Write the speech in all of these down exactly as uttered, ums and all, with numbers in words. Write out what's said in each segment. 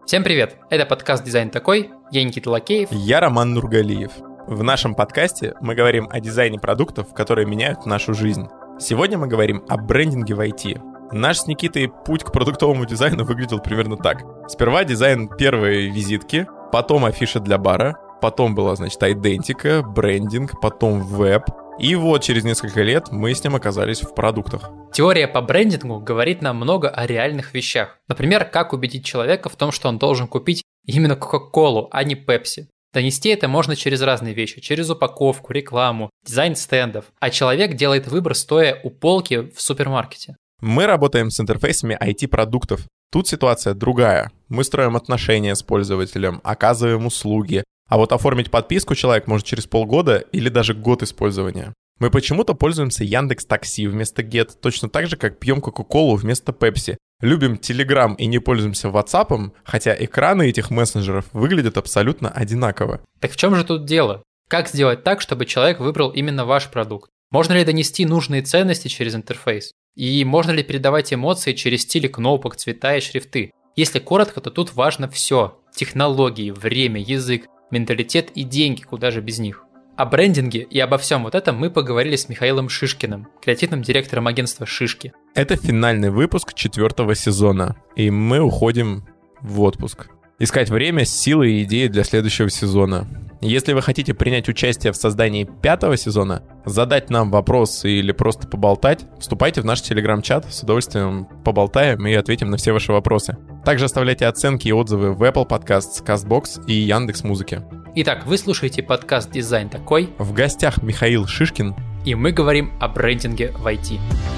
Всем привет! Это подкаст «Дизайн такой». Я Никита Лакеев. Я Роман Нургалиев. В нашем подкасте мы говорим о дизайне продуктов, которые меняют нашу жизнь. Сегодня мы говорим о брендинге в ай ти. Наш с Никитой путь к продуктовому дизайну выглядел примерно так. Сперва дизайн первой визитки, потом афиша для бара, потом была, значит, идентика, брендинг, потом веб. И вот через несколько лет мы с ним оказались в продуктах. Теория по брендингу говорит нам много о реальных вещах. Например, как убедить человека в том, что он должен купить именно Кока-Колу, а не Пепси. Донести это можно через разные вещи, через упаковку, рекламу, дизайн стендов. А человек делает выбор, стоя у полки в супермаркете. Мы работаем с интерфейсами ай ти-продуктов. Тут ситуация другая. Мы строим отношения с пользователем, оказываем услуги. А вот оформить подписку человек может через полгода или даже год использования. Мы почему-то пользуемся Яндекс.Такси вместо Get, точно так же, как пьем Кока-Колу вместо Пепси. Любим Telegram и не пользуемся WhatsApp, хотя экраны этих мессенджеров выглядят абсолютно одинаково. Так в чем же тут дело? Как сделать так, чтобы человек выбрал именно ваш продукт? Можно ли донести нужные ценности через интерфейс? И можно ли передавать эмоции через стили кнопок, цвета и шрифты? Если коротко, то тут важно все. Технологии, время, язык, менталитет и деньги, куда же без них. О брендинге и обо всем вот этом мы поговорили с Михаилом Шишкиным, креативным директором агентства «Шишки». Это финальный выпуск четвертого сезона, и мы уходим в отпуск. Искать время, силы и идеи для следующего сезона. Если вы хотите принять участие в создании пятого сезона, задать нам вопрос или просто поболтать, вступайте в наш телеграм-чат, с удовольствием поболтаем и ответим на все ваши вопросы. Также оставляйте оценки и отзывы в Apple Podcasts, CastBox и Яндекс.Музыке. Итак, вы слушаете подкаст «Дизайн такой». В гостях Михаил Шишкин. И мы говорим о брендинге в ай ти.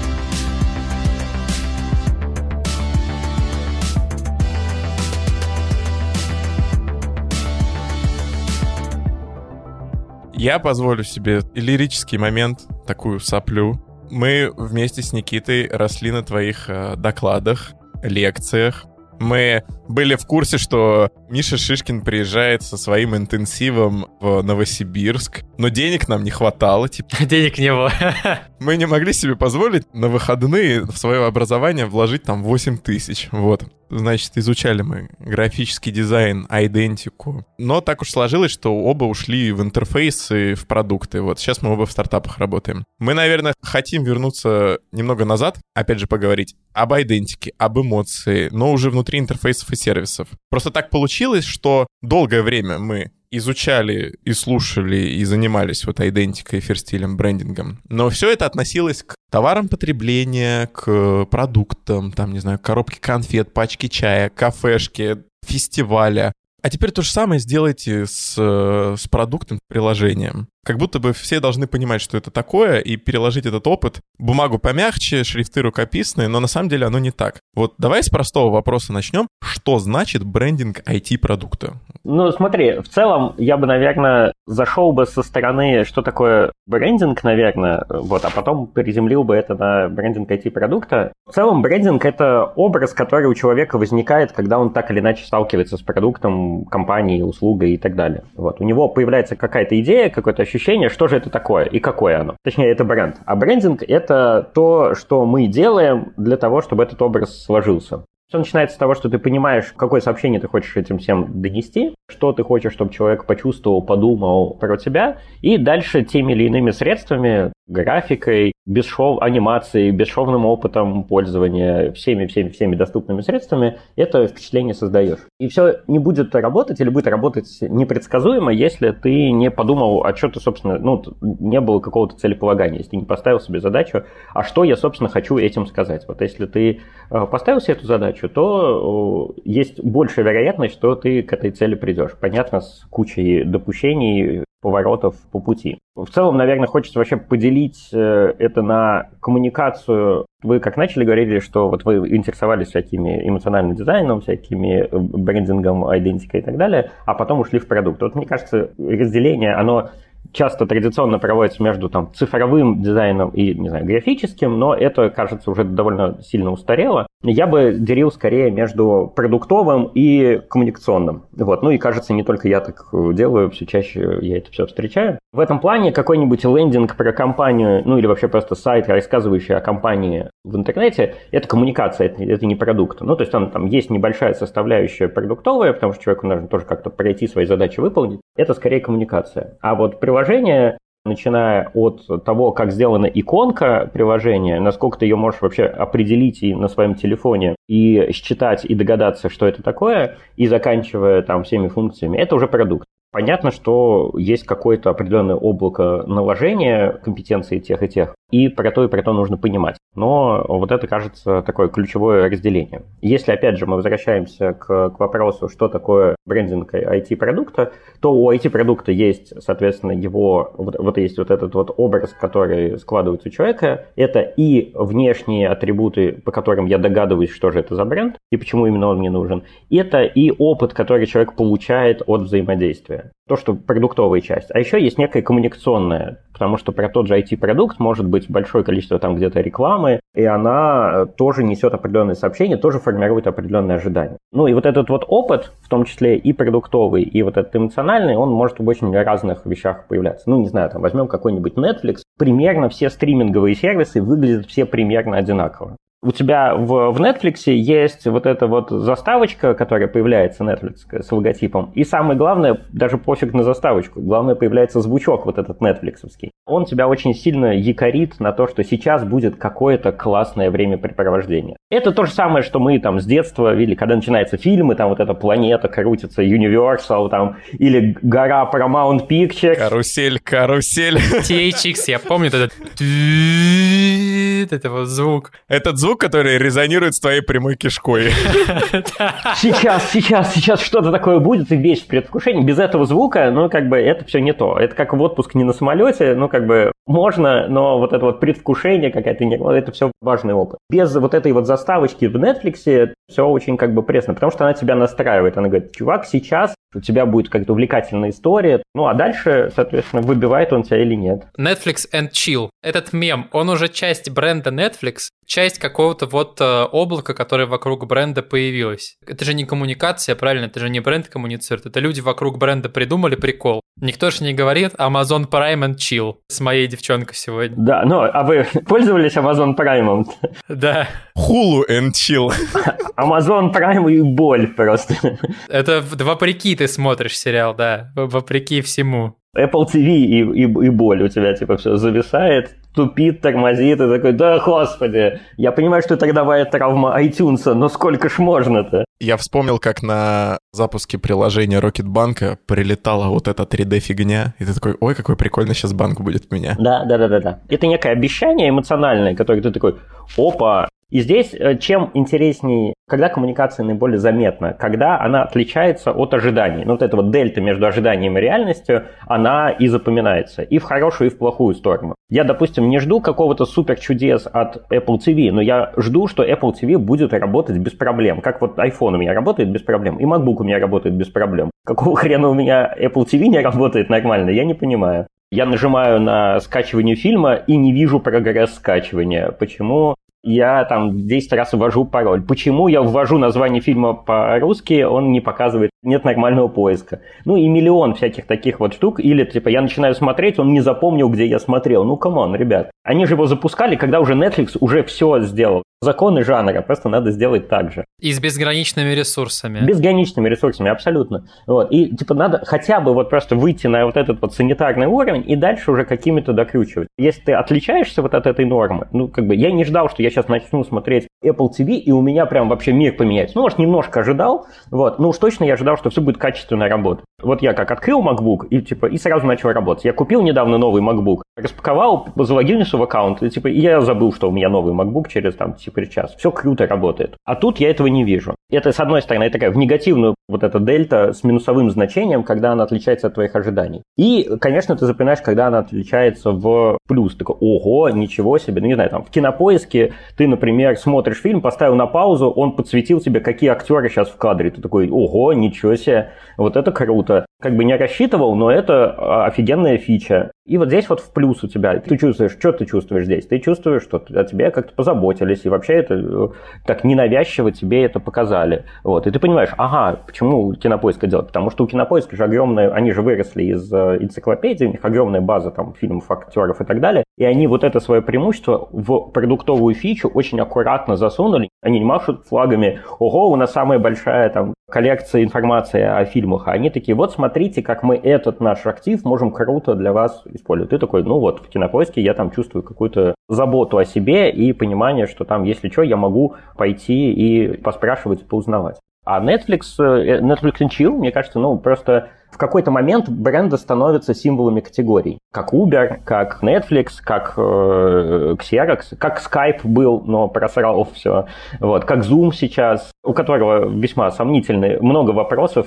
Я позволю себе лирический момент, такую соплю. Мы вместе с Никитой росли на твоих э, докладах, лекциях. Мы были в курсе, что Миша Шишкин приезжает со своим интенсивом в Новосибирск, но денег нам не хватало. Типа. Денег не было. Мы не могли себе позволить на выходные в свое образование вложить там восемь тысяч. Вот. Значит, изучали мы графический дизайн, идентику. Но так уж сложилось, что оба ушли в интерфейсы, в продукты. Вот сейчас мы оба в стартапах работаем. Мы, наверное, хотим вернуться немного назад, опять же поговорить об идентике, об эмоции, но уже внутри интерфейсов и сервисов. Просто так получилось, что долгое время мы изучали и слушали и занимались вот идентикой, фирстилем, брендингом. Но все это относилось к товарам потребления, к продуктам, там, не знаю, коробки конфет, пачки чая, кафешки, фестиваля. А теперь то же самое сделайте с, с продуктом, приложением. Как будто бы все должны понимать, что это такое, и переложить этот опыт. Бумагу помягче, шрифты рукописные, но на самом деле оно не так. Вот давай с простого вопроса начнем. Что значит брендинг ай ти-продукта? Ну, смотри, в целом я бы, наверное, зашел бы со стороны, что такое брендинг, наверное, вот, а потом приземлил бы это на брендинг ай ти-продукта. В целом брендинг — это образ, который у человека возникает, когда он так или иначе сталкивается с продуктом, компанией, услугой и так далее. Вот. У него появляется какая-то идея, какое-то ощущение, что же это такое и какое оно. Точнее, это бренд. А брендинг — это то, что мы делаем для того, чтобы этот образ сложился. Все начинается с того, что ты понимаешь, какое сообщение ты хочешь этим всем донести, что ты хочешь, чтобы человек почувствовал, подумал про тебя, и дальше теми или иными средствами, графикой, бесшов... анимацией, бесшовным опытом пользования, всеми-всеми-всеми доступными средствами это впечатление создаешь. И все не будет работать или будет работать непредсказуемо, если ты не подумал, а что ты, собственно, ну, не было какого-то целеполагания, если ты не поставил себе задачу, а что я, собственно, хочу этим сказать. Вот если ты поставил себе эту задачу, то есть большая вероятность, что ты к этой цели придешь. Понятно, с кучей допущений, поворотов по пути. В целом, наверное, хочется вообще поделить это на коммуникацию. Вы как начали говорили, что вот вы интересовались всякими эмоциональным дизайном, всякими брендингом, идентикой и так далее, а потом ушли в продукт. Вот мне кажется, разделение, оно часто традиционно проводится между там, цифровым дизайном и, не знаю, графическим, но это, кажется, уже довольно сильно устарело. Я бы делил скорее между продуктовым и коммуникационным. Вот. Ну и, кажется, не только я так делаю, все чаще я это все встречаю. В этом плане какой-нибудь лендинг про компанию, ну или вообще просто сайт, рассказывающий о компании в интернете, это коммуникация, это, это не продукт. Ну, то есть там, там есть небольшая составляющая продуктовая, потому что человеку нужно тоже как-то пройти свои задачи выполнить. Это скорее коммуникация. А вот приложение, начиная от того, как сделана иконка приложения, насколько ты ее можешь вообще определить и на своем телефоне, и считать, и догадаться, что это такое, и заканчивая там всеми функциями, это уже продукт. Понятно, что есть какое-то определенное облако наложения компетенций тех и тех, и про то, и про то нужно понимать. Но вот это, кажется, такое ключевое разделение. Если, опять же, мы возвращаемся к, к вопросу, что такое брендинг ай ти-продукта, то у ай ти-продукта есть, соответственно, его, вот, вот есть вот этот вот образ, который складывается у человека. Это и внешние атрибуты, по которым я догадываюсь, что же это за бренд, и почему именно он мне нужен. Это и опыт, который человек получает от взаимодействия. То, что продуктовая часть. А еще есть некая коммуникационная, потому что про тот же ай ти-продукт может быть большое количество там где-то рекламы, и она тоже несет определенные сообщения, тоже формирует определенные ожидания. Ну и вот этот вот опыт, в том числе и продуктовый, и вот этот эмоциональный, он может в очень разных вещах появляться. Ну, не знаю, там возьмем какой-нибудь Netflix, примерно все стриминговые сервисы выглядят все примерно одинаково. У тебя в, в Netflix есть вот эта вот заставочка, которая появляется, Netflix, с логотипом. И самое главное, даже пофиг на заставочку, главное, появляется звучок вот этот нетфликсовский. Он тебя очень сильно якорит на то, что сейчас будет какое-то классное времяпрепровождение. Это то же самое, что мы там с детства видели, когда начинаются фильмы, там вот эта планета крутится, Universal, там, или гора Paramount Pictures. Карусель, карусель. ти эйч икс, я помню этот... Это вот звук. Этот звук, который резонирует с твоей прямой кишкой. Сейчас, сейчас, сейчас что-то такое будет, и весь в предвкушении. Без этого звука, ну, как бы, это все не то. Это как в отпуск не на самолете, ну, как бы, можно, но вот это вот предвкушение какая-то, это все важный опыт. Без вот этой вот заставочки в Netflix все очень, как бы, пресно, потому что она тебя настраивает. Она говорит, чувак, сейчас у тебя будет какая-то увлекательная история, ну, а дальше, соответственно, выбивает он тебя или нет. Netflix and chill. Этот мем, он уже часть бренда Netflix, часть какого-то вот э, облака, которое вокруг бренда появилось. Это же не коммуникация, правильно? Это же не бренд коммуницирует. Это люди вокруг бренда придумали прикол. Никто же не говорит Amazon Prime and chill с моей девчонкой сегодня. Да, ну, а вы пользовались Amazon Prime? Да. Hulu and chill. Amazon Prime и боль просто. Это вопреки ты смотришь сериал, да, вопреки всему. Apple ти ви и, и, и боль у тебя, типа, все зависает, тупит, тормозит, и такой, да, господи, я понимаю, что это рядовая травма iTunes, но сколько ж можно-то? Я вспомнил, как на запуске приложения Рокетбанка прилетала вот эта три дэ-фигня, и ты такой, ой, какой прикольный сейчас банк будет у меня. Да, да, да, да, да. Это некое обещание эмоциональное, которое ты такой, опа. И здесь чем интересней, когда коммуникация наиболее заметна, когда она отличается от ожиданий. Ну, вот эта вот дельта между ожиданием и реальностью, она и запоминается, и в хорошую, и в плохую сторону. Я, допустим, не жду какого-то супер чудес от Apple ти ви, но я жду, что Apple ти ви будет работать без проблем. Как вот iPhone у меня работает без проблем, и MacBook у меня работает без проблем. Какого хрена у меня Apple ти ви не работает нормально, я не понимаю. Я нажимаю на скачивание фильма и не вижу прогресс скачивания. Почему? Я там десять раз ввожу пароль. Почему я ввожу название фильма по-русски, он не показывает, нет нормального поиска. Ну и миллион всяких таких вот штук. Или типа я начинаю смотреть, он не запомнил, где я смотрел. Ну камон, ребят. Они же его запускали, когда уже Netflix уже все сделал. Законы жанра, просто надо сделать так же. И с безграничными ресурсами. Безграничными ресурсами, абсолютно. Вот. И типа надо хотя бы вот просто выйти на вот этот вот санитарный уровень и дальше уже какими-то докручивать. Если ты отличаешься вот от этой нормы, ну как бы я не ждал, что я сейчас начну смотреть Apple ти ви и у меня прям вообще мир поменяется. Ну, может, немножко ожидал, вот, но уж точно я ожидал, что все будет качественно работать. Вот я как открыл MacBook и типа и сразу начал работать. Я купил недавно новый MacBook, распаковал, залогинился в аккаунт, и типа и я забыл, что у меня новый MacBook через там типа час. Все круто работает. А тут я этого не вижу. Это, с одной стороны, такая в негативную вот эта дельта с минусовым значением, когда она отличается от твоих ожиданий. И, конечно, ты запоминаешь, когда она отличается в плюс. Такой, ого, ничего себе. Ну, не знаю, там, в Кинопоиске ты, например, смотришь фильм, поставил на паузу, он подсветил тебе, какие актеры сейчас в кадре. Ты такой, ого, ничего себе, вот это круто. как бы не рассчитывал, но это офигенная фича. И вот здесь вот в плюс у тебя. Ты чувствуешь, что ты чувствуешь здесь? Ты чувствуешь, что о тебе как-то позаботились, и вообще это так ненавязчиво тебе это показали. Вот. И ты понимаешь, ага, почему Кинопоиска делать? Потому что у Кинопоиска же огромная, они же выросли из энциклопедии, у них огромная база там фильмов, актеров и так далее. И они вот это свое преимущество в продуктовую фичу очень аккуратно засунули. Они не машут флагами, ого, у нас самая большая там коллекция информации о фильмах. А они такие, вот смотрите, как мы этот наш актив можем круто для вас использовать. Ты такой, ну вот, в Кинопоиске я там чувствую какую-то заботу о себе и понимание, что там, если что, я могу пойти и поспрашивать, поузнавать. А Netflix, Netflix and Chill, мне кажется, ну просто в какой-то момент бренды становятся символами категорий. Как Uber, как Netflix, как э, Xerox, как Skype был, но просрал все. Вот, как Zoom сейчас, у которого весьма сомнительные, много вопросов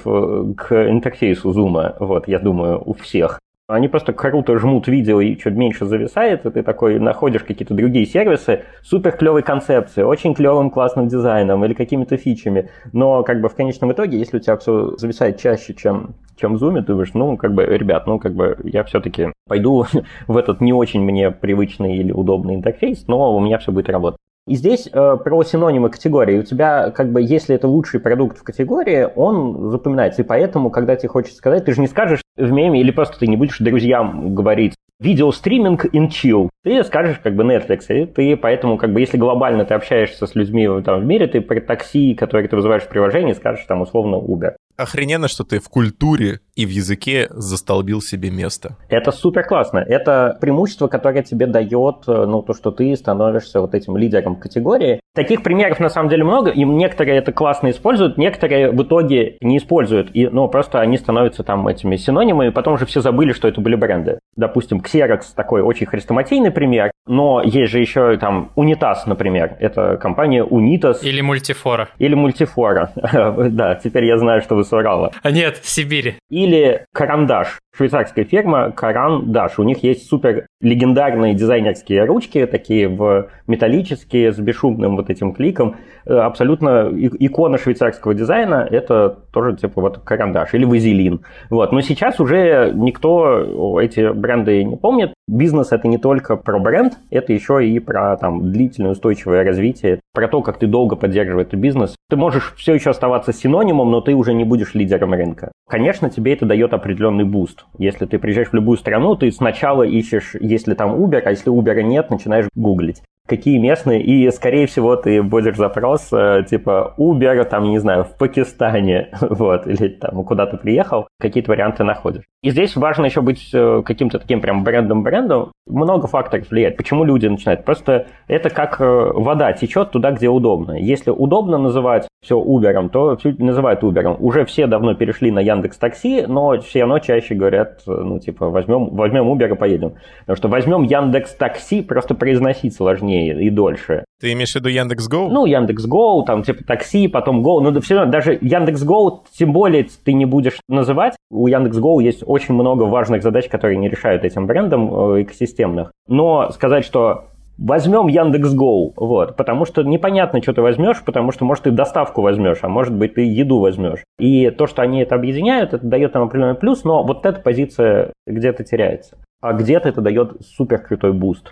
к интерфейсу Zoom, вот, я думаю, у всех. Они просто круто жмут видео и чуть меньше зависает, и ты такой находишь какие-то другие сервисы супер клевой концепцией, очень клевым классным дизайном или какими-то фичами. Но как бы в конечном итоге, если у тебя все зависает чаще, чем, чем в Zoom, ты думаешь, ну, как бы, ребят, ну, как бы я все-таки пойду в этот не очень мне привычный или удобный интерфейс, но у меня все будет работать. И здесь э, про синонимы категории. У тебя, как бы, если это лучший продукт в категории, он запоминается. И поэтому, когда тебе хочется сказать, ты же не скажешь в меме, или просто ты не будешь друзьям говорить «видеостриминг in chill». Ты скажешь, как бы, Netflix. И ты поэтому, как бы, если глобально ты общаешься с людьми там, в мире, ты про такси, которые ты вызываешь в приложении, скажешь, там, условно, Uber. Охрененно, что ты в культуре и в языке застолбил себе место. Это супер классно. Это преимущество, которое тебе дает, ну, то, что ты становишься вот этим лидером категории. Таких примеров на самом деле много, и некоторые это классно используют, некоторые в итоге не используют, и, ну, просто они становятся там этими синонимами, и потом же все забыли, что это были бренды. Допустим, Xerox такой очень хрестоматийный пример, но есть же еще там Унитаз, например. Это компания Unitas. Или Мультифора. Или Мультифора. Да, теперь я знаю, что вы с Урала. А нет, в Сибири. Или Карандаш. Швейцарская фирма Карандаш. У них есть супер легендарные дизайнерские ручки, такие в металлические, с бесшумным вот этим кликом. Абсолютно икона швейцарского дизайна. Это тоже типа вот Карандаш или Вазелин. Вот. Но сейчас уже никто эти бренды не помнит. Бизнес — это не только про бренд, это еще и про там длительное устойчивое развитие, про то, как ты долго поддерживаешь этот бизнес. Ты можешь все еще оставаться синонимом, но ты уже не будешь лидером рынка. Конечно, тебе это дает определенный буст. Если ты приезжаешь в любую страну, ты сначала ищешь, есть ли там Uber, а если Uber нет, начинаешь гуглить. Какие местные, и, скорее всего, ты вводишь запрос, типа, Uber, там, не знаю, в Пакистане, вот, или там, куда ты приехал, какие-то варианты находишь. И здесь важно еще быть каким-то таким прям брендом-брендом. Много факторов влияет. Почему люди начинают? Просто это как вода течет туда, где удобно. Если удобно называть все Uber'ом, то все называют Uber'ом. Уже все давно перешли на Яндекс.Такси, но все равно чаще говорят, ну, типа, возьмем, возьмем Uber и поедем. Потому что возьмем Яндекс.Такси, просто произносить сложнее и дольше. Ты имеешь в виду Яндекс.Гоу? Ну, Яндекс.Гоу, там, типа, такси, потом Go. Ну, да все равно, даже Яндекс.Гоу, тем более, ты не будешь называть. У Яндекс.Гоу есть очень много важных задач, которые не решают этим брендом э, экосистемных. Но сказать, что возьмем Яндекс.Гоу, вот, потому что непонятно, что ты возьмешь, потому что, может, ты доставку возьмешь, а может быть, ты еду возьмешь. И то, что они это объединяют, это дает нам определенный плюс, но вот эта позиция где-то теряется. А где-то это дает супер крутой буст.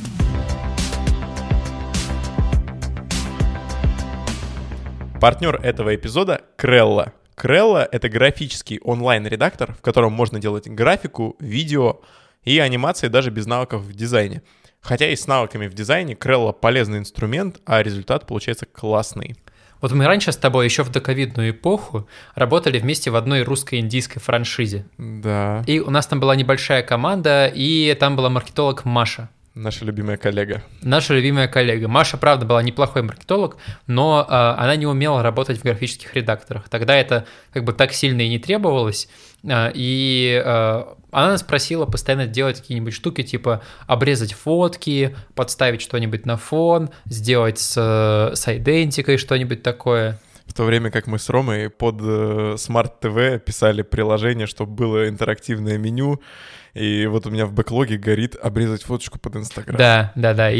Партнер этого эпизода — Крелла. Крелла — это графический онлайн-редактор, в котором можно делать графику, видео и анимации даже без навыков в дизайне. Хотя и с навыками в дизайне Крелла полезный инструмент, а результат получается классный. Вот мы раньше с тобой еще в доковидную эпоху работали вместе в одной русско-индийской франшизе. Да. И у нас там была небольшая команда, и там была маркетолог Маша. Наша любимая коллега. Наша любимая коллега. Маша, правда, была неплохой маркетолог, но э, она не умела работать в графических редакторах. Тогда это как бы так сильно и не требовалось. Э, и э, она нас просила постоянно делать какие-нибудь штуки, типа обрезать фотки, подставить что-нибудь на фон, сделать с, с идентикой что-нибудь такое. В то время как мы с Ромой под э, Smart ти ви писали приложение, чтобы было интерактивное меню, и вот у меня в бэклоге горит обрезать фоточку под Инстаграм. Да, да, да. И вот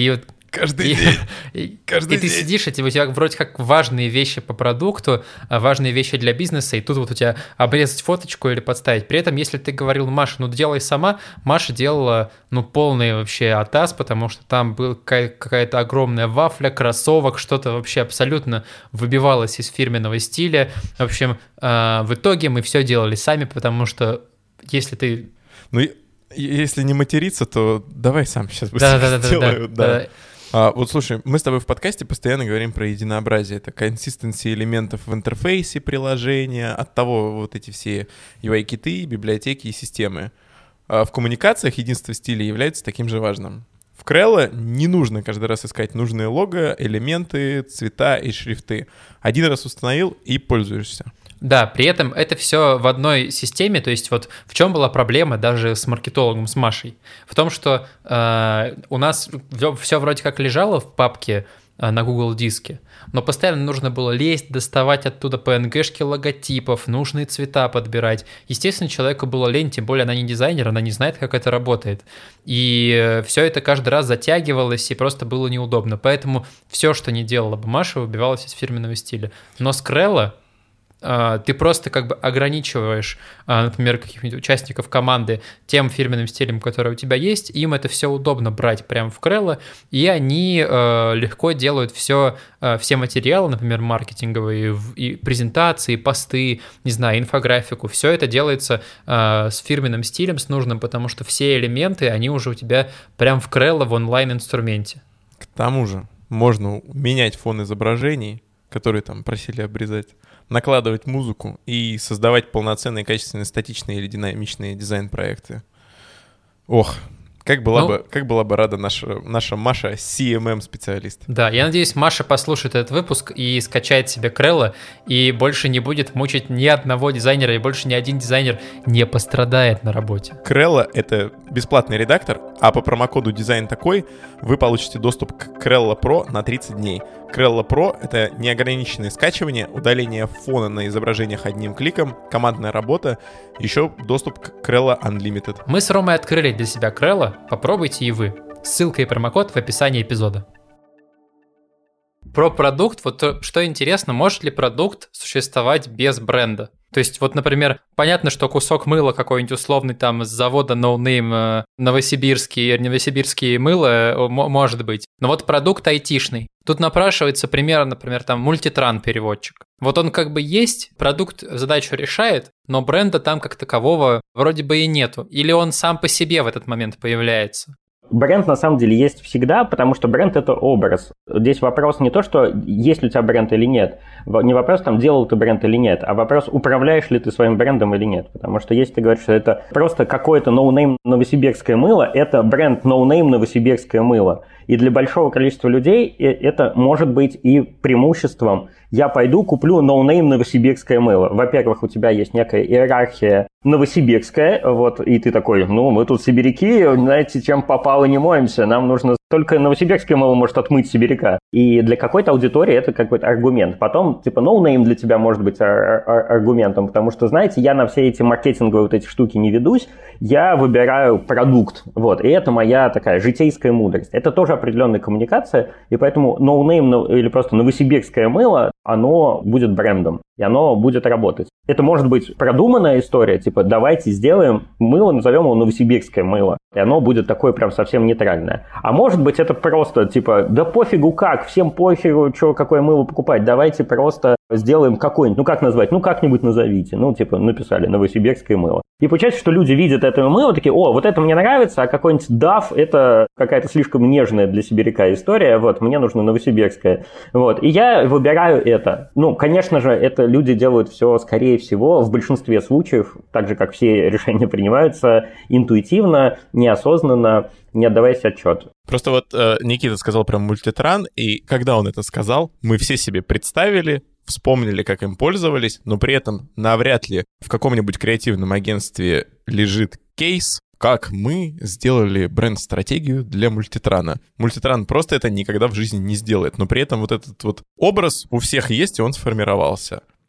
Каждый и, день. И, Каждый и ты день. сидишь, и тебе, у тебя вроде как важные вещи по продукту, важные вещи для бизнеса, и тут вот у тебя обрезать фоточку или подставить. При этом, если ты говорил, Маша, ну делай сама, Маша делала ну полный вообще атас, потому что там была какая-то огромная вафля, кроссовок, что-то вообще абсолютно выбивалось из фирменного стиля. В общем, в итоге мы все делали сами, потому что если ты... Ну, если не материться, то давай сам сейчас быстрее да, да, сделаю. Да, да, да. Да. А, вот слушай, мы с тобой в подкасте постоянно говорим про единообразие. Это консистенция элементов в интерфейсе приложения, от того вот эти все ю ай-киты, библиотеки и системы. А в коммуникациях единство стиля является таким же важным. В Крелло не нужно каждый раз искать нужные лого, элементы, цвета и шрифты. Один раз установил и пользуешься. Да, при этом это все в одной системе, то есть вот в чем была проблема даже с маркетологом, с Машей? В том, что э, у нас все вроде как лежало в папке э, на Google диске, но постоянно нужно было лезть, доставать оттуда пи эн джи-шки логотипов, нужные цвета подбирать. Естественно, человеку было лень, тем более она не дизайнер, она не знает, как это работает. И все это каждый раз затягивалось, и просто было неудобно. Поэтому все, что не делала бы Маша, выбивалось из фирменного стиля. Но с Крелло ты просто как бы ограничиваешь, например, каких-нибудь участников команды тем фирменным стилем, который у тебя есть, им это все удобно брать прямо в Крелло, и они легко делают все, все материалы, например, маркетинговые, и презентации, посты, не знаю, инфографику, все это делается с фирменным стилем, с нужным, потому что все элементы, они уже у тебя прямо в Крелло в онлайн-инструменте. К тому же можно менять фон изображений, которые там просили обрезать, накладывать музыку и создавать полноценные, качественные, статичные или динамичные дизайн-проекты. Ох, как была, ну, бы, как была бы рада наша, наша Маша, си эм эм-специалист. Да, я надеюсь, Маша послушает этот выпуск и скачает себе Крелло, и больше не будет мучить ни одного дизайнера, и больше ни один дизайнер не пострадает на работе. Крелло — это бесплатный редактор, а по промокоду «Дизайн такой» вы получите доступ к Крелло Pro на тридцать дней. Крелло Pro — это неограниченное скачивание, удаление фона на изображениях одним кликом, командная работа, еще доступ к Крелло Unlimited. Мы с Ромой открыли для себя Крелло, попробуйте и вы. Ссылка и промокод в описании эпизода. Про продукт, вот что интересно, может ли продукт существовать без бренда? То есть, вот, например, понятно, что кусок мыла какой-нибудь условный там с завода No Name новосибирский, новосибирские мыло может быть, но вот продукт айтишный. Тут напрашивается пример, например, там Multitran переводчик. Вот он как бы есть, продукт задачу решает, но бренда там как такового вроде бы и нету. Или он сам по себе в этот момент появляется? Бренд на самом деле есть всегда, потому что бренд — это образ. Здесь вопрос не то, что есть ли у тебя бренд или нет. Не вопрос, там, делал ты бренд или нет, а вопрос, управляешь ли ты своим брендом или нет. Потому что если ты говоришь, что это просто какое-то ноунейм новосибирское мыло, это бренд ноунейм новосибирское мыло. И для большого количества людей это может быть и преимуществом. Я пойду куплю ноунейм новосибирское мыло. Во-первых, у тебя есть некая иерархия новосибирская, вот, и ты такой, ну, мы тут сибиряки, знаете, чем попало не моемся, нам нужно только новосибирское мыло может отмыть сибиряка. И для какой-то аудитории это какой-то аргумент. Потом, типа, ноунейм для тебя может быть ар- ар- аргументом, потому что, знаете, я на все эти маркетинговые вот эти штуки не ведусь, я выбираю продукт, вот, и это моя такая житейская мудрость. Это тоже определенная коммуникация, и поэтому ноунейм или просто новосибирское мыло, оно будет брендом, и оно будет работать. Это может быть продуманная история, типа, давайте сделаем мыло, назовем его новосибирское мыло, и оно будет такое прям совсем нейтральное. А может быть это просто, типа, да пофигу как, всем пофигу, что, какое мыло покупать, давайте просто сделаем какое-нибудь, ну как назвать, ну как-нибудь назовите, ну типа написали новосибирское мыло. И получается, что люди видят это мыло, такие, о, вот это мне нравится, а какой-нибудь даф это какая-то слишком нежная для сибиряка история, вот, мне нужно новосибирское. Вот, и я выбираю это. Ну, конечно же, это люди делают все, скорее всего, в большинстве случаев, так же, как все решения принимаются, интуитивно, неосознанно, не отдавая себе отчет. Просто вот э, Никита сказал про Multitran, и когда он это сказал, мы все себе представили, вспомнили, как им пользовались, но при этом навряд ли в каком-нибудь креативном агентстве лежит кейс, как мы сделали бренд-стратегию для Multitran. Multitran просто это никогда в жизни не сделает, но при этом вот этот вот образ у всех есть, и он сформировался.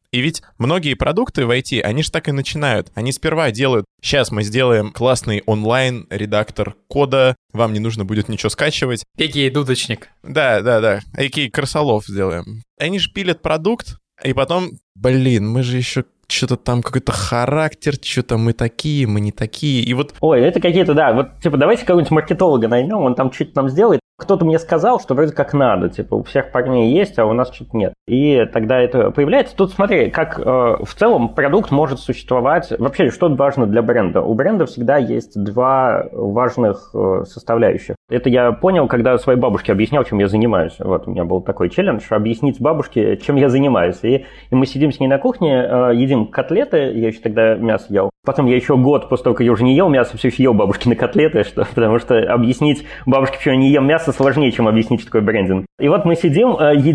И ведь многие продукты в ай ти, они же так и начинают. Они сперва делают, сейчас мы сделаем классный онлайн-редактор кода, вам не нужно будет ничего скачивать. Экий дудочник. Да, да, да, экий крысолов сделаем. Они же пилят продукт, и потом, блин, мы же еще... что-то там какой-то характер, что-то мы такие, мы не такие, и вот... Ой, это какие-то, да, вот, типа, давайте какого-нибудь маркетолога наймем, он там что-то нам сделает. Кто-то мне сказал, что вроде как надо, типа, у всех парней есть, а у нас что-то нет. И тогда это появляется. Тут смотри, как э, в целом продукт может существовать. Вообще, что важно для бренда? У бренда всегда есть два важных э, составляющих. Это я понял, когда своей бабушке объяснял, чем я занимаюсь. Вот, у меня был такой челлендж, объяснить бабушке, чем я занимаюсь. И, и мы сидим с ней на кухне, э, едим котлеты, я еще тогда мясо ел. Потом я еще год, после того, как я уже не ел мясо, все еще ел бабушкины котлеты, что, потому что объяснить бабушке, почему я не ем мясо, сложнее, чем объяснить, что такое брендинг. И вот мы сидим,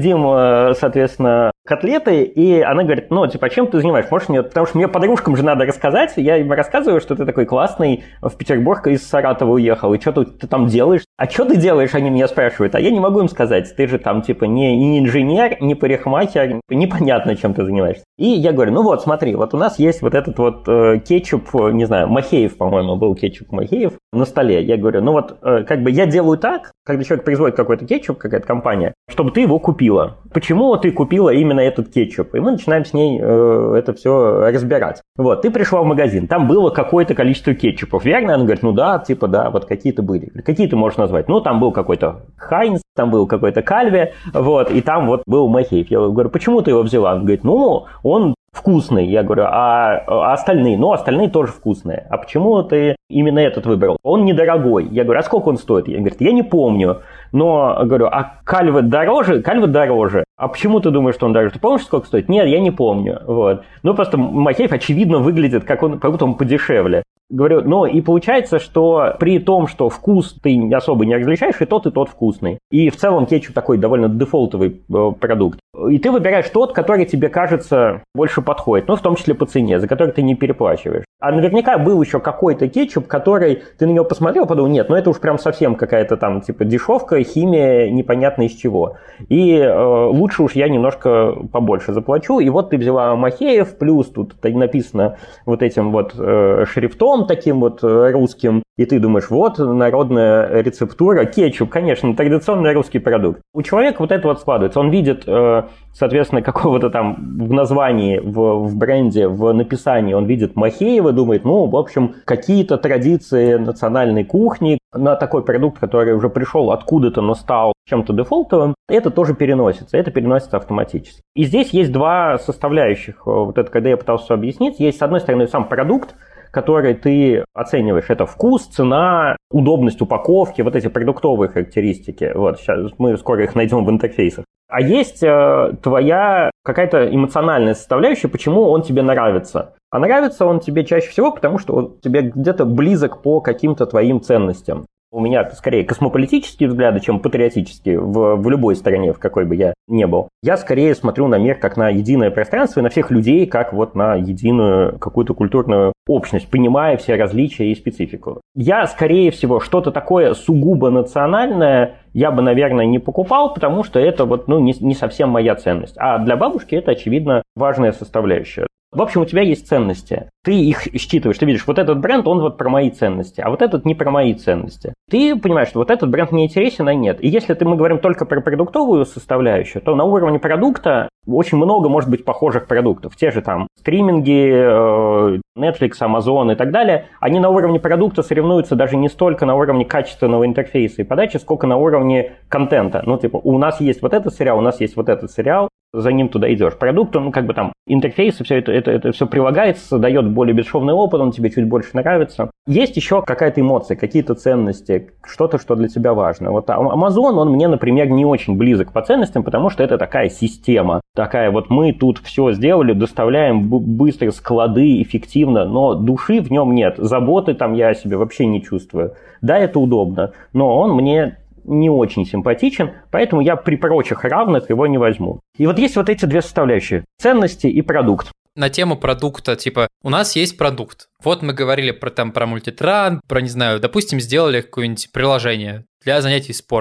едим, соответственно, котлеты, и она говорит, ну, типа, а чем ты занимаешься? Можешь мне... Потому что мне подружкам же надо рассказать, я им рассказываю, что ты такой классный, в Петербург из Саратова уехал, и что ты, ты там делаешь? А что ты делаешь, они меня спрашивают, а я не могу им сказать, ты же там, типа, не, не инженер, не парикмахер, непонятно, чем ты занимаешься. И я говорю, ну вот, смотри, вот у нас есть вот этот вот э, кетчуп, не знаю, Махеев, по-моему, был кетчуп Махеев на столе. Я говорю, ну вот, э, как бы я делаю так, когда человек производит какой-то кетчуп, какая-то компания, чтобы ты его купила. Почему ты купила именно этот кетчуп? И мы начинаем с ней э, это все разбирать. Вот, ты пришла в магазин, там было какое-то количество кетчупов, верно? Она говорит, ну да, типа да, вот какие-то были. Какие ты можешь назвать? Ну, там был какой-то Хайнс, там был какой-то Кальве, вот, и там вот был Махеев. Я говорю, почему ты его взяла? Он говорит, ну, он вкусный. Я говорю, а, а остальные? Ну, остальные тоже вкусные. А почему ты именно этот выбрал? Он недорогой. Я говорю, а сколько он стоит? Я говорю, я не помню. Но, говорю, а Кальве дороже? Кальве дороже. А почему ты думаешь, что он дороже? Ты помнишь, сколько стоит? Нет, я не помню. Вот. Ну, просто Махеев, очевидно, выглядит, как, он, как будто он подешевле. Говорю, ну и получается, что при том, что вкус ты особо не различаешь, и тот, и тот вкусный. И в целом кетчуп такой довольно дефолтовый продукт. И ты выбираешь тот, который тебе кажется больше подходит, ну в том числе по цене, за который ты не переплачиваешь. А наверняка был еще какой-то кетчуп, который ты на него посмотрел, подумал, нет, ну это уж прям совсем какая-то там типа дешевка, химия, непонятно из чего. И э, лучше уж я немножко побольше заплачу. И вот ты взяла Махеев, плюс тут написано вот этим вот э, шрифтом таким вот русским, и ты думаешь, вот народная рецептура, кетчуп, конечно, традиционный русский продукт. У человека вот это вот складывается, он видит, э, соответственно, какого-то там в названии, в, в бренде, в написании, он видит Махеева, думает, ну, в общем, какие-то традиции национальной кухни на такой продукт, который уже пришел откуда-то, но стал чем-то дефолтовым, это тоже переносится, это переносится автоматически. И здесь есть два составляющих, вот это, когда я пытался объяснить, есть, с одной стороны, сам продукт, который ты оцениваешь, это вкус, цена, удобность упаковки, вот эти продуктовые характеристики. Вот сейчас мы скоро их найдем в интерфейсах. А есть э, твоя какая-то эмоциональная составляющая, почему он тебе нравится. А нравится он тебе чаще всего, потому что он тебе где-то близок по каким-то твоим ценностям. У меня скорее космополитические взгляды, чем патриотические в, в любой стране, в какой бы я ни был. Я скорее смотрю на мир как на единое пространство и на всех людей, как вот на единую какую-то культурную общность, понимая все различия и специфику. Я, скорее всего, что-то такое сугубо национальное я бы, наверное, не покупал, потому что это вот, ну, не, не совсем моя ценность. А для бабушки это, очевидно, важная составляющая. В общем, у тебя есть ценности. Ты их считываешь, ты видишь, вот этот бренд, он вот про мои ценности, а вот этот не про мои ценности. Ты понимаешь, что вот этот бренд мне интересен, а нет. И если ты, мы говорим только про продуктовую составляющую, то на уровне продукта очень много может быть похожих продуктов. Те же там стриминги, Netflix, Amazon и так далее, они на уровне продукта соревнуются даже не столько на уровне качественного интерфейса и подачи, сколько на уровне контента. Ну, типа, у нас есть вот этот сериал, у нас есть вот этот сериал, за ним туда идешь. Продукт, он как бы там интерфейс, все это, это, это все прилагается, дает более бесшовный опыт, он тебе чуть больше нравится. Есть еще какая-то эмоция, какие-то ценности, что-то, что для тебя важно. Вот Amazon, он мне, например, не очень близок по ценностям, потому что это такая система. Такая вот мы тут все сделали, доставляем быстро склады, эффективно, но души в нем нет. Заботы там я о себе вообще не чувствую. Да, это удобно, но он мне не очень симпатичен, поэтому я при прочих равных его не возьму. И вот есть вот эти две составляющие – ценности и продукт. На тему продукта, типа, у нас есть продукт. Вот мы говорили про, там, про мультитран, про, не знаю, допустим, сделали какое-нибудь приложение для занятий спортом.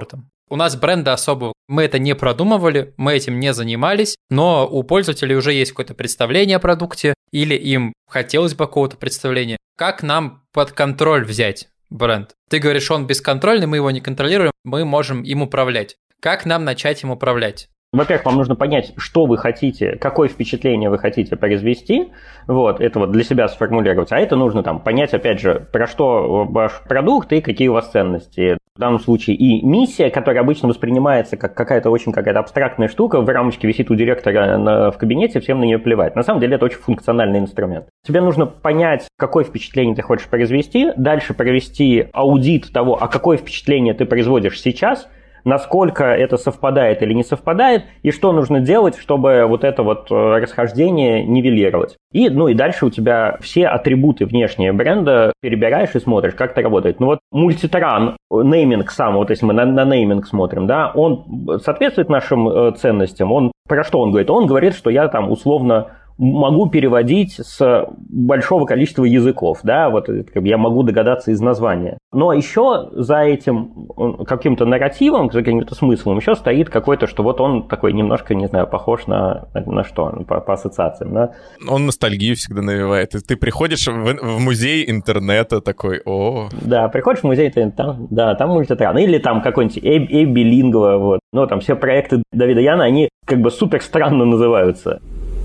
У нас бренда особого, мы это не продумывали, мы этим не занимались, но у пользователей уже есть какое-то представление о продукте, или им хотелось бы какого-то представления. Как нам под контроль взять бренд? Ты говоришь, он бесконтрольный, мы его не контролируем, мы можем им управлять. Как нам начать им управлять? Во-первых, вам нужно понять, что вы хотите, какое впечатление вы хотите произвести, вот, это вот для себя сформулировать, а это нужно там понять, опять же, про что ваш продукт и какие у вас ценности. В данном случае и миссия, которая обычно воспринимается как какая-то очень какая-то абстрактная штука, в рамочке висит у директора на, в кабинете, всем на нее плевать. На самом деле это очень функциональный инструмент. Тебе нужно понять, какое впечатление ты хочешь произвести, дальше провести аудит того, а какое впечатление ты производишь сейчас, насколько это совпадает или не совпадает, и что нужно делать, чтобы вот это вот расхождение нивелировать. И, ну и дальше у тебя все атрибуты внешние бренда перебираешь и смотришь, как это работает. Ну вот мультитран, нейминг сам, вот если мы на, на нейминг смотрим, да, он соответствует нашим ценностям, он про что он говорит? Он говорит, что я там условно могу переводить с большого количества языков, да, вот как бы я могу догадаться из названия. Но еще за этим каким-то нарративом, за каким-то смыслом еще стоит какой-то, что вот он такой немножко, не знаю, похож на, на что, по, по ассоциациям, да. Он ностальгию всегда навевает. И ты приходишь в, в музей интернета такой, о. Да, приходишь в музей, там, да, там мультитран. Или там какой-нибудь Эбби Лингва, вот. Ну, там все проекты Давида Яна, они как бы супер странно называются.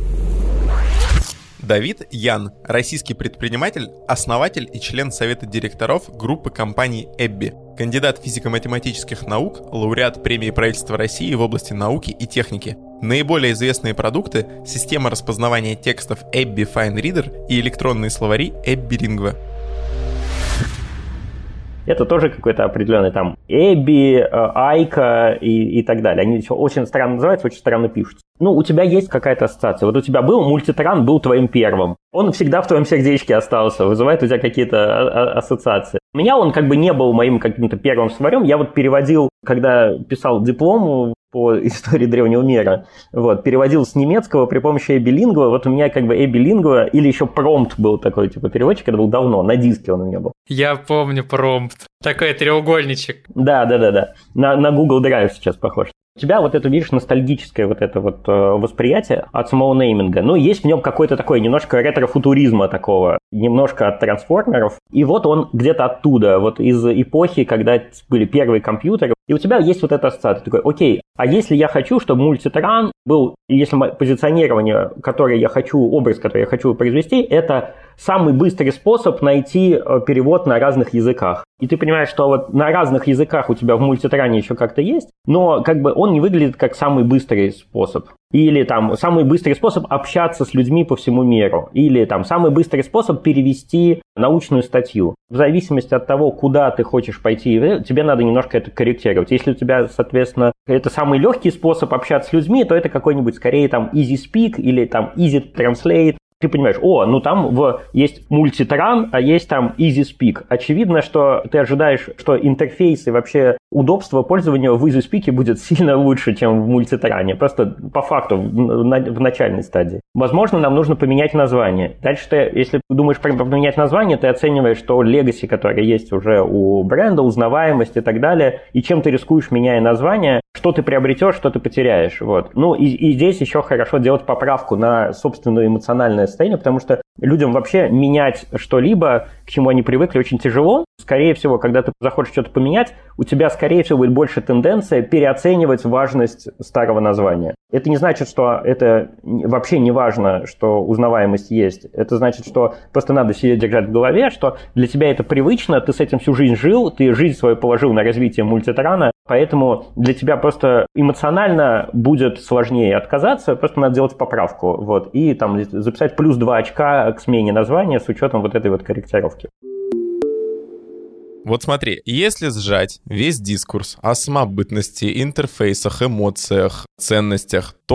Давид Ян, российский предприниматель, основатель и член совета директоров группы компаний Эбби, кандидат физико-математических наук, лауреат премии правительства России в области науки и техники. Наиболее известные продукты — система распознавания текстов Эбби Fine Reader и электронные словари Эбби Lingua. Это тоже какой-то определенный там Эбби, Айка и, и так далее. Они еще очень странно называются, очень странно пишутся. Ну, у тебя есть какая-то ассоциация. Вот у тебя был мультитран, был твоим первым. Он всегда в твоем сердечке остался, вызывает у тебя какие-то ассоциации. У меня он как бы не был моим каким-то первым словарем. Я вот переводил, когда писал диплом по истории древнего мира, вот, переводил с немецкого при помощи Эбби Lingua. Вот у меня как бы Эбби Lingua или еще Prompt был такой, типа, переводчик, это был давно, на диске он у меня был. Я помню Prompt. Такой треугольничек. Да, да, да, да. На, на Google Drive сейчас похож. У тебя вот это, видишь, ностальгическое вот это вот э, восприятие от самого нейминга. Но есть в нем какой-то такой немножко ретро-футуризма такого, немножко от трансформеров. И вот он где-то оттуда, вот из эпохи, когда были первые компьютеры. И у тебя есть вот эта ассоциация. Ты такой, окей, а если я хочу, чтобы мультитран был, если позиционирование, которое я хочу, образ, который я хочу произвести, это самый быстрый способ найти перевод на разных языках. И ты понимаешь, что вот на разных языках у тебя в мультитране еще как-то есть, но как бы он не выглядит как самый быстрый способ. Или там самый быстрый способ общаться с людьми по всему миру. Или там самый быстрый способ перевести научную статью. В зависимости от того, куда ты хочешь пойти, тебе надо немножко это корректировать. Если у тебя, соответственно, это самый легкий способ общаться с людьми, то это какой-нибудь скорее там easy speak или там easy translate. Ты понимаешь, о, ну там в, есть мультитран, а есть там easy speak. Очевидно, что ты ожидаешь, что интерфейс и вообще удобство пользования в easy speak будет сильно лучше, чем в мультитране. Просто по факту в, на, в начальной стадии. Возможно, нам нужно поменять название. Дальше ты, если думаешь про поменять название, ты оцениваешь, что legacy, которое есть уже у бренда, узнаваемость и так далее, и чем ты рискуешь, меняя название, что ты приобретешь, что ты потеряешь. Вот. Ну и, и здесь еще хорошо делать поправку на собственное эмоциональное состояние, потому что людям вообще менять что-либо, к чему они привыкли, очень тяжело. Скорее всего, когда ты захочешь что-то поменять, у тебя, скорее всего, будет больше тенденция переоценивать важность старого названия. Это не значит, что это вообще не важно, что узнаваемость есть. Это значит, что просто надо себе держать в голове, что для тебя это привычно, ты с этим всю жизнь жил, ты жизнь свою положил на развитие мультитрана, поэтому для тебя просто эмоционально будет сложнее отказаться, просто надо делать поправку, вот, и там записать плюс два очка к смене названия с учетом вот этой вот корректировки. Вот смотри, если сжать весь дискурс о самобытности, интерфейсах, эмоциях, ценностях, то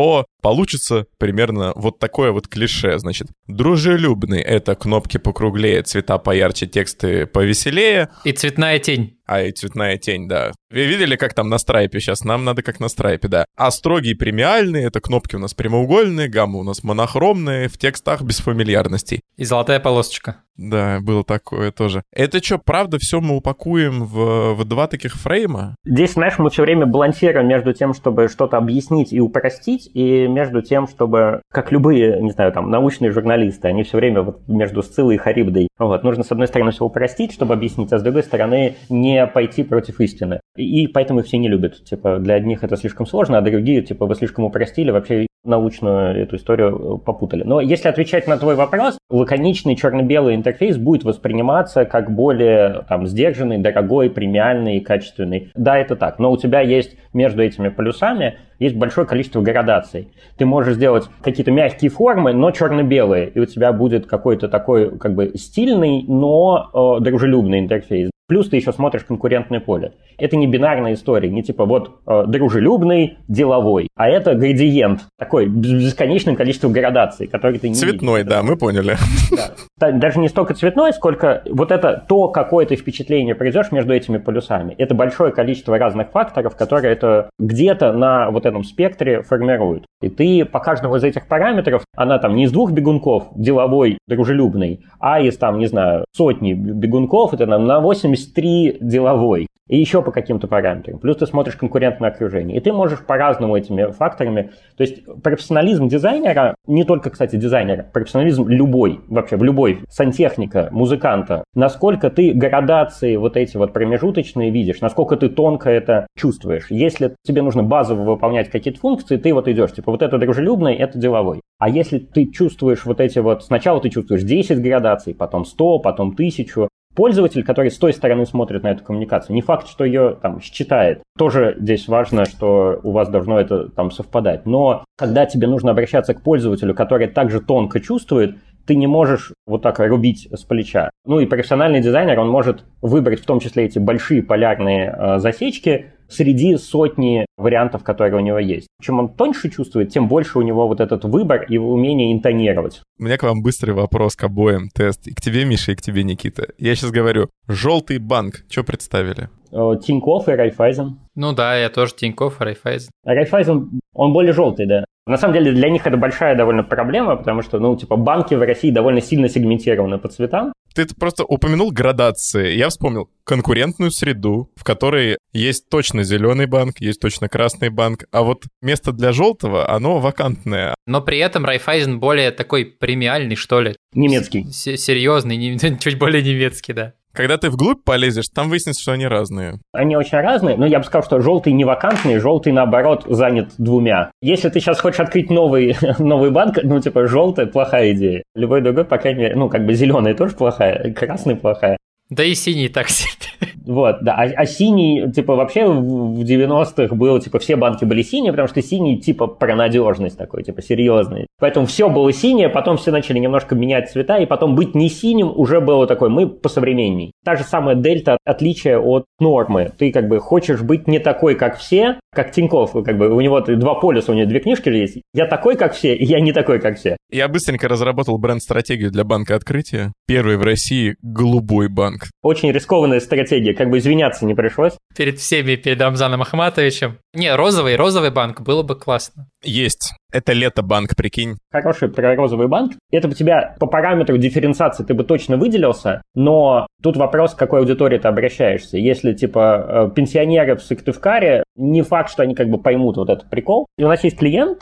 получится примерно вот такое вот клише. Значит, дружелюбный — это кнопки покруглее, цвета поярче, тексты повеселее. И цветная тень. А, и цветная тень, да. Вы видели, как там на страйпе сейчас? Нам надо как на страйпе, да. А строгий премиальный — это кнопки у нас прямоугольные, гамма у нас монохромные, в текстах без фамильярностей. И золотая полосочка. Да, было такое тоже. Это что, правда, все мы упакуем в, в два таких фрейма? Здесь, знаешь, мы все время балансируем между тем, чтобы что-то объяснить и упростить, и между тем, чтобы, как любые, не знаю, там, научные журналисты, они все время вот между Сциллой и Харибдой. Вот, нужно, с одной стороны, все упростить, чтобы объяснить, а с другой стороны, не пойти против истины. И поэтому их все не любят. Типа, для одних это слишком сложно, а другие, типа, вы слишком упростили, вообще научную эту историю попутали. Но если отвечать на твой вопрос, лаконичный черно-белый интерфейс будет восприниматься как более там, сдержанный, дорогой, премиальный, качественный. Да, это так. Но у тебя есть между этими полюсами есть большое количество градаций. Ты можешь сделать какие-то мягкие формы, но черно-белые, и у тебя будет какой-то такой как бы стильный, но э, дружелюбный интерфейс. Плюс ты еще смотришь конкурентное поле. Это не бинарная история, не типа вот э, дружелюбный, деловой, а это градиент, такой бесконечное количество градаций, которые ты не Цветной, видишь. да, мы поняли. Да. Даже не столько цветной, сколько вот это то, какое ты впечатление произведешь между этими полюсами. Это большое количество разных факторов, которые это где-то на вот этом спектре формируют. И ты по каждому из этих параметров, она там не из двух бегунков, деловой, дружелюбный, а из там, не знаю, сотни бегунков, это нам на восемьдесят три деловой. И еще по каким-то параметрам. Плюс ты смотришь конкурентное окружение. И ты можешь по-разному этими факторами... То есть профессионализм дизайнера, не только, кстати, дизайнера, профессионализм любой, вообще в любой, сантехника, музыканта, насколько ты градации вот эти вот промежуточные видишь, насколько ты тонко это чувствуешь. Если тебе нужно базово выполнять какие-то функции, ты вот идешь, типа вот это дружелюбный, это деловой. А если ты чувствуешь вот эти вот... Сначала ты чувствуешь десять градаций, потом сто, потом тысячу, пользователь, который с той стороны смотрит на эту коммуникацию, не факт, что ее там считает. Тоже здесь важно, что у вас должно это там совпадать. Но когда тебе нужно обращаться к пользователю, который также тонко чувствует, ты не можешь вот так рубить с плеча. Ну и профессиональный дизайнер, он может выбрать в том числе эти большие полярные э, засечки среди сотни вариантов, которые у него есть. Чем он тоньше чувствует, тем больше у него вот этот выбор и умение интонировать. У меня к вам быстрый вопрос к обоим, тест. И к тебе, Миша, и к тебе, Никита. Я сейчас говорю, желтый банк, что представили? Тинькофф и Райфайзен. Ну да, я тоже Тинькофф и Райфайзен. Райфайзен, он более желтый, да. На самом деле для них это большая довольно проблема, потому что, ну, типа, банки в России довольно сильно сегментированы по цветам. Ты просто упомянул градации. Я вспомнил конкурентную среду, в которой есть точно зеленый банк, есть точно красный банк, а вот место для желтого, оно вакантное. Но при этом Райфайзен более такой премиальный, что ли. Немецкий. С- серьезный, не- чуть более немецкий, да. Когда ты вглубь полезешь, там выяснится, что они разные. Они очень разные, но я бы сказал, что желтый не вакантный, желтый, наоборот, занят двумя. Если ты сейчас хочешь открыть новый, новый банк, ну, типа, желтая – плохая идея. Любой другой, по крайней мере, ну, как бы зеленая тоже плохая, красный плохая. Да и синий так себе. Вот, да, а, а синий, типа, вообще в девяностых было, типа, все банки были синие, потому что синий, типа, про надежность такой, типа, серьезный. Поэтому все было синее, потом все начали немножко менять цвета, и потом быть не синим уже было такое, мы посовременней. Та же самая дельта, отличие от нормы. Ты, как бы, хочешь быть не такой, как все, как Тинькофф, как бы, у него два полюса, у него две книжки есть. Я такой, как все, и я не такой, как все. Я быстренько разработал бренд-стратегию для банка открытия. Первый в России голубой банк. Очень рискованная стратегия, как бы извиняться не пришлось. Перед всеми, перед Рамзаном Ахматовичем. Не, розовый, розовый банк, было бы классно. Есть. Это лето-банк, прикинь. Хороший про розовый банк. Это бы тебя по параметру дифференциации ты бы точно выделился, но тут вопрос, к какой аудитории ты обращаешься. Если, типа, пенсионеры в Сыктывкаре, не факт, что они как бы поймут вот этот прикол. И у нас есть клиент,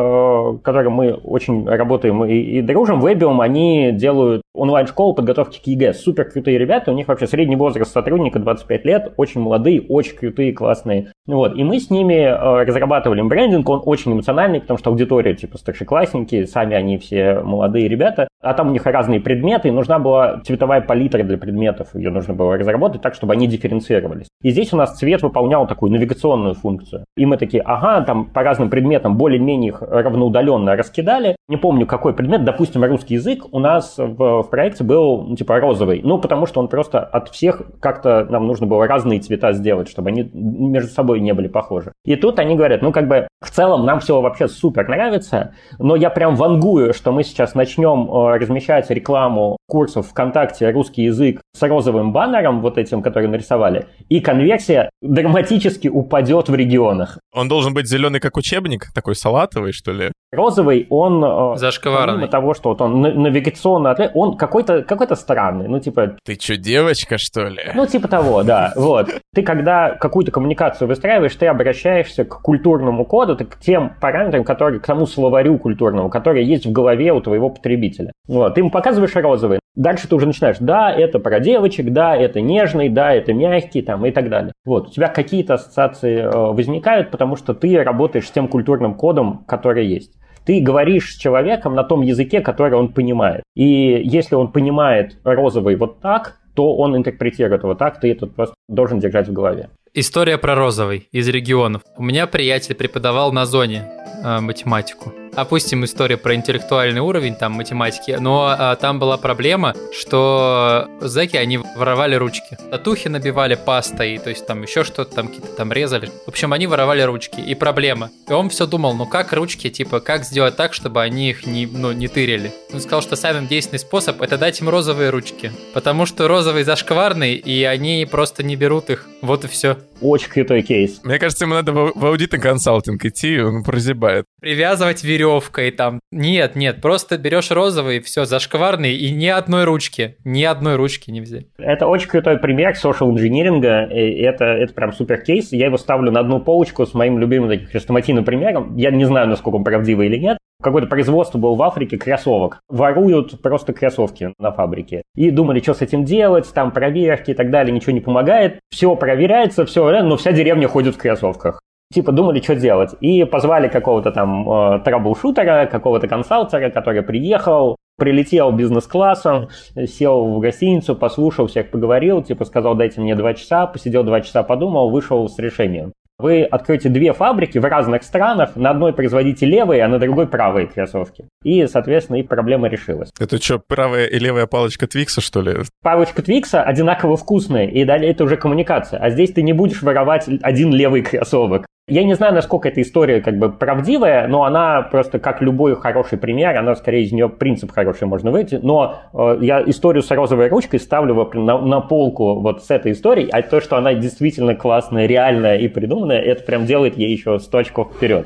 которым мы очень работаем и, и дружим, Webium, они делают онлайн-школу подготовки к ЕГЭ. Супер крутые ребята, у них вообще средний возраст сотрудника двадцать пять лет, очень молодые, очень крутые, классные. Вот. И мы с ними разрабатывали брендинг, он очень эмоциональный, потому что аудитория, типа, старшеклассники, сами они все молодые ребята. А там у них разные предметы, и нужна была цветовая палитра для предметов. Ее нужно было разработать так, чтобы они дифференцировались. И здесь у нас цвет выполнял такую навигационную функцию. И мы такие, ага, там по разным предметам более-менее их равноудаленно раскидали. Не помню, какой предмет, допустим, русский язык у нас в, в проекте был, ну, типа, розовый. Ну, потому что он просто от всех как-то нам нужно было разные цвета сделать, чтобы они между собой не были похожи. И тут они говорят, ну, как бы, в целом нам все вообще супер нравится, но я прям вангую, что мы сейчас начнем размещать рекламу курсов ВКонтакте «Русский язык» с розовым баннером, вот этим, который нарисовали, и конверсия драматически упадет в регионах. Он должен быть зеленый, как учебник, такой салатовый, что ли? Розовый, он, зашкварный. Помимо того, что вот он навигационно, он какой-то, какой-то странный, ну, типа... Ты что, девочка, что ли? Ну, типа того, да, вот. Ты, когда какую-то коммуникацию выстраиваешь, ты обращаешься к культурному коду, ты к тем параметрам, которые, к тому словарю культурному, который есть в голове у твоего потребителя. Вот, ты ему показываешь розовый. Дальше ты уже начинаешь, да, это про девочек, да, это нежный, да, это мягкий, там, и так далее. Вот, у тебя какие-то ассоциации э, возникают, потому что ты работаешь с тем культурным кодом, который есть. Ты говоришь с человеком на том языке, который он понимает. И если он понимает розовый вот так, то он интерпретирует его так, ты это просто должен держать в голове. История про розовый из регионов. У меня приятель преподавал на зоне э, математику. Опустим историю про интеллектуальный уровень там математики, но а, там была проблема, что зэки, они воровали ручки. Татухи набивали пастой, то есть там еще что-то, там какие-то там резали. В общем, они воровали ручки, и проблема. И он все думал, ну как ручки, типа, как сделать так, чтобы они их не, ну, не тырили. Он сказал, что самый действенный способ — это дать им розовые ручки, потому что розовый зашкварный, и они просто не берут их. Вот и все. Очень крутой кейс. Мне кажется, ему надо в аудит и консалтинг идти, он прозябает. Привязывать веревкой там. Нет, нет, просто берешь розовый, все, зашкварный, и ни одной ручки, ни одной ручки не взять. Это очень крутой пример социал-инжиниринга, это, это прям супер кейс. Я его ставлю на одну полочку с моим любимым таким хрестоматийным примером. Я не знаю, насколько он правдивый или нет. Какое-то производство было в Африке кроссовок. Воруют просто кроссовки на фабрике. И думали, что с этим делать, там проверки и так далее, ничего не помогает. Все проверяется, все, но вся деревня ходит в кроссовках. Типа думали, что делать. И позвали какого-то там э, трабл-шутера, какого-то консалтера, который приехал, прилетел бизнес-классом, сел в гостиницу, послушал всех, поговорил, типа сказал, дайте мне два часа, посидел два часа, подумал, вышел с решением. Вы откроете две фабрики в разных странах, на одной производите левые, а на другой правые кроссовки. И, соответственно, и проблема решилась. Это что, правая и левая палочка Твикса, что ли? Палочка Твикса одинаково вкусная, и далее это уже коммуникация. А здесь ты не будешь воровать один левый кроссовок. Я не знаю, насколько эта история как бы правдивая, но она просто, как любой хороший пример, она скорее из нее принцип хороший можно выйти. Но э, я историю с розовой ручкой ставлю на, на полку вот с этой историей, а то, что она действительно классная, реальная и придуманная, это прям делает ей еще сто очков вперед.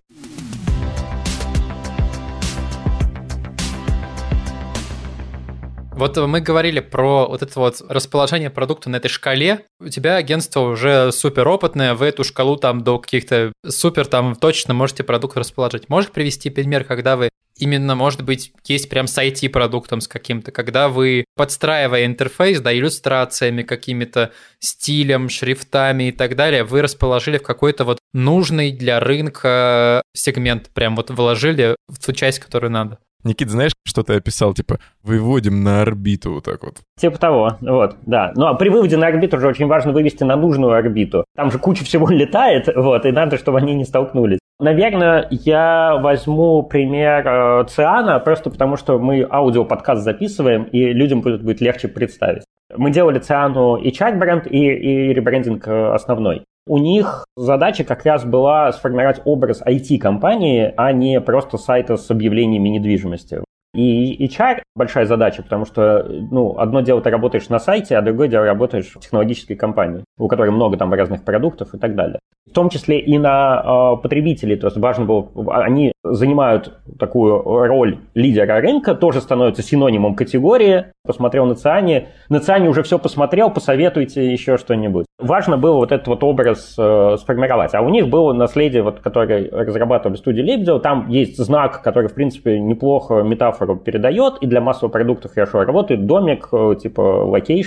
Вот мы говорили про вот это вот расположение продукта на этой шкале. У тебя агентство уже супер опытное, вы эту шкалу там до каких-то супер там точно можете продукт расположить. Можешь привести пример, когда вы именно, может быть, есть прям с ай ти-продуктом с каким-то, когда вы, подстраивая интерфейс, да, иллюстрациями, какими-то стилем, шрифтами и так далее, вы расположили в какой-то вот нужный для рынка сегмент, прям вот вложили в ту часть, которую надо. Никит, знаешь, что ты описал? Типа, выводим на орбиту вот так вот. Типа того, вот, да. Ну, а при выводе на орбиту же очень важно вывести на нужную орбиту. Там же куча всего летает, вот, и надо, чтобы они не столкнулись. Наверное, я возьму пример э, Циана, просто потому что мы аудиоподкаст записываем, и людям будет, будет легче представить. Мы делали Циану эйч ар-бренд и, и ребрендинг основной. У них задача как раз была сформировать образ ай ти-компании, а не просто сайта с объявлениями недвижимости. И эйч ар большая задача, потому что, ну, одно дело ты работаешь на сайте, а другое дело работаешь в технологической компании, у которой много там разных продуктов и так далее. В том числе и на э, потребителей, то есть важно было, они занимают такую роль лидера рынка, тоже становятся синонимом категории. Посмотрел на Циане, на Циане уже все посмотрел, посоветуйте еще что-нибудь. Важно было вот этот вот образ э, сформировать. А у них было наследие, вот, которое разрабатывали в студии Лебедева, там есть знак, который, в принципе, неплохо метафору передает, и для массового продукта хорошо работает, домик, типа location.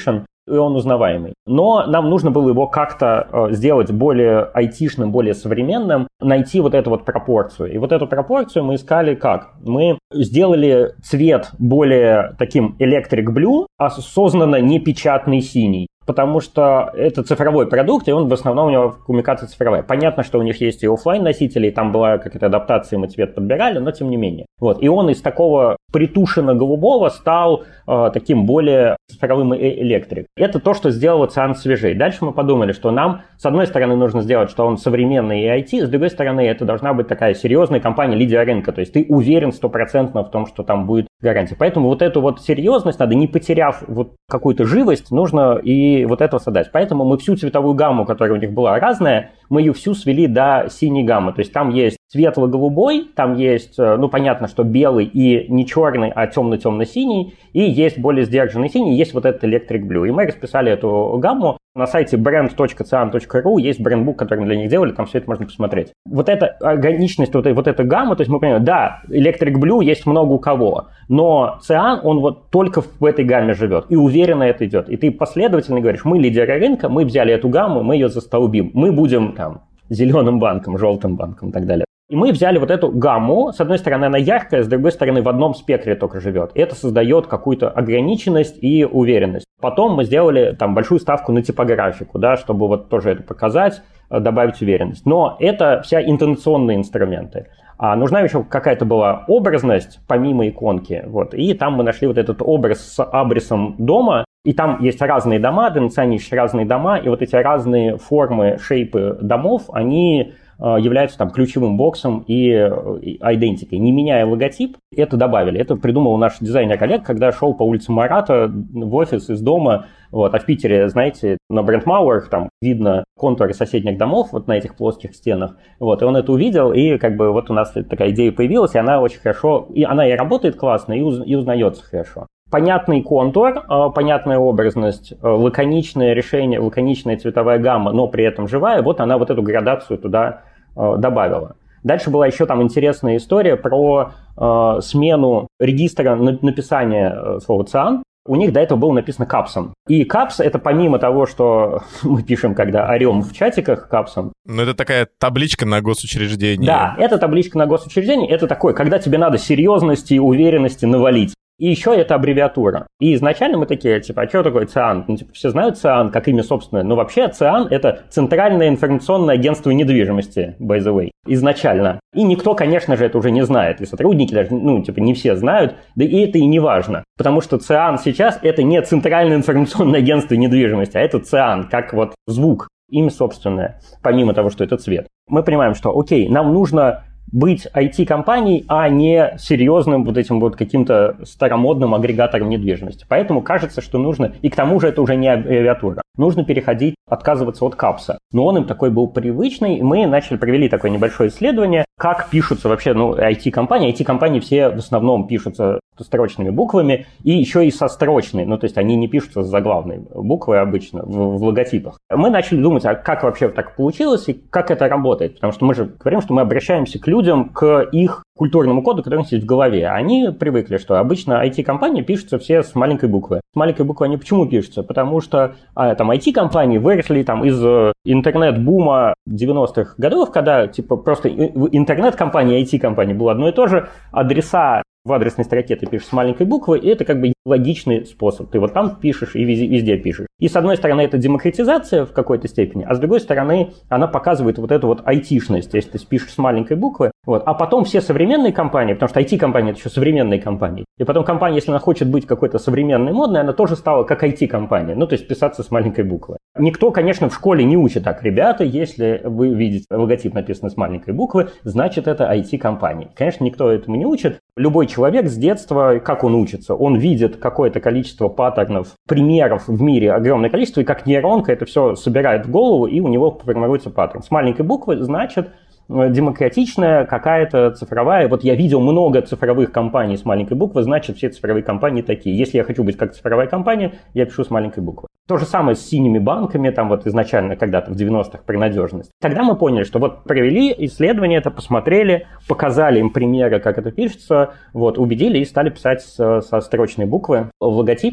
и он узнаваемый. Но нам нужно было его как-то сделать более айтишным, более современным, найти вот эту вот пропорцию. И вот эту пропорцию мы искали как? Мы сделали цвет более таким electric blue, осознанно не печатный синий. Потому что это цифровой продукт, и он в основном у него коммуникация цифровая. Понятно, что у них есть и офлайн носители, и там была какая-то адаптация, мы цвет подбирали, но тем не менее. Вот. И он из такого притушенно-голубого стал э, таким более цифровым электрик. Это то, что сделало Циан свежей. Дальше мы подумали, что нам, с одной стороны, нужно сделать, что он современный и ай ти, с другой стороны, это должна быть такая серьезная компания, лидер рынка. То есть ты уверен стопроцентно в том, что там будет гарантия. Поэтому вот эту вот серьезность надо, не потеряв вот какую-то живость, нужно и вот этого создать. Поэтому мы всю цветовую гамму, которая у них была разная, мы ее всю свели до синей гаммы. То есть там есть светло-голубой, там есть, ну, понятно, что белый и не черный, а темно-темно-синий, и есть более сдержанный синий, есть вот этот Electric Blue. И мы расписали эту гамму. На сайте бренд точка циан точка ру есть брендбук, который мы для них делали, там все это можно посмотреть. Вот эта органичность, вот, вот эта гамма, то есть мы понимаем, да, Electric Blue есть много у кого, но Циан, он вот только в этой гамме живет, и уверенно это идет. И ты последовательно говоришь, мы лидеры рынка, мы взяли эту гамму, мы ее застолбим, мы будем там зеленым банком, желтым банком и так далее. И мы взяли вот эту гамму, с одной стороны она яркая, с другой стороны в одном спектре только живет. И это создает какую-то ограниченность и уверенность. Потом мы сделали там большую ставку на типографику, да, чтобы вот тоже это показать, добавить уверенность. Но это вся интонационные инструменты. А нужна еще какая-то была образность, помимо иконки. Вот. И там мы нашли вот этот образ с абрисом дома. И там есть разные дома, ты национишь разные дома, и вот эти разные формы, шейпы домов, они являются там ключевым боксом и идентикой. Не меняя логотип, это добавили. Это придумал наш дизайнер-коллег, когда шел по улице Марата в офис из дома. Вот. А в Питере, знаете, на брендмауэрах там видно контуры соседних домов вот на этих плоских стенах. Вот. И он это увидел, и как бы вот у нас такая идея появилась, и она очень хорошо, и она и работает классно, и, уз, и узнается хорошо. Понятный контур, понятная образность, лаконичное решение, лаконичная цветовая гамма, но при этом живая, вот она вот эту градацию туда добавила. Дальше была еще там интересная история про э, смену регистра написания слова «циан». У них до этого было написано капсом. И капс — это помимо того, что мы пишем, когда орем в чатиках капсом. Ну, это такая табличка на госучреждении. Да, это табличка на госучреждении. Это такое, когда тебе надо серьезности и уверенности навалить. И еще это аббревиатура. И изначально мы такие, типа, а что такое ЦИАН? Ну, типа, все знают ЦИАН как имя собственное, но вообще ЦИАН — это Центральное информационное агентство недвижимости, by the way, изначально. И никто, конечно же, это уже не знает. И сотрудники даже, ну, типа, не все знают, да и это и не важно. Потому что ЦИАН сейчас — это не Центральное информационное агентство недвижимости, а это ЦИАН, как вот звук, имя собственное, помимо того, что это цвет. Мы понимаем, что, окей, нам нужно быть ай ти-компанией, а не серьезным вот этим вот каким-то старомодным агрегатором недвижимости. Поэтому кажется, что нужно, и к тому же это уже не аббревиатура, нужно переходить, отказываться от капса. Но он им такой был привычный, и мы начали, провели такое небольшое исследование, как пишутся вообще, ну, ай ти-компании. ай ти-компании все в основном пишутся строчными буквами, и еще и со строчной, ну, то есть они не пишутся с заглавной буквой обычно в, в логотипах. Мы начали думать, а как вообще так получилось, и как это работает, потому что мы же говорим, что мы обращаемся к людям, к их культурному коду, который у них есть в голове. Они привыкли, что обычно ай ти-компании пишутся все с маленькой буквы. С маленькой буквы они почему пишутся? Потому что а, там ай ти-компании выросли там из интернет-бума девяностых годов, когда типа просто интернет-компания и ай ти-компания было одно и то же, адреса в адресной строке ты пишешь с маленькой буквы, и это как бы логичный способ. Ты вот там пишешь и везде, везде пишешь. И с одной стороны это демократизация в какой-то степени, а с другой стороны она показывает вот эту вот айтишность, если ты пишешь с маленькой буквы. Вот. А потом все современные компании, потому что ай ти-компания это еще современные компании, и потом компания, если она хочет быть какой-то современной, модной, она тоже стала как ай ти-компания, ну то есть писаться с маленькой буквы. Никто, конечно, в школе не учит так, ребята, если вы видите логотип написанный с маленькой буквы, значит это ай ти-компания. Конечно, никто этому не учит. Любой человек с детства, как он учится? Он видит какое-то количество паттернов, примеров в мире, огромное количество, и как нейронка это все собирает в голову, и у него формируется паттерн. С маленькой буквы значит демократичная какая-то цифровая. Вот я видел много цифровых компаний с маленькой буквы, значит все цифровые компании такие. Если я хочу быть как цифровая компания, я пишу с маленькой буквы. То же самое с синими банками, там вот изначально когда-то в девяностых про надежность. Тогда мы поняли, что вот провели исследование, это посмотрели, показали им примеры, как это пишется, вот, убедили и стали писать со, со строчной буквы в логотипе.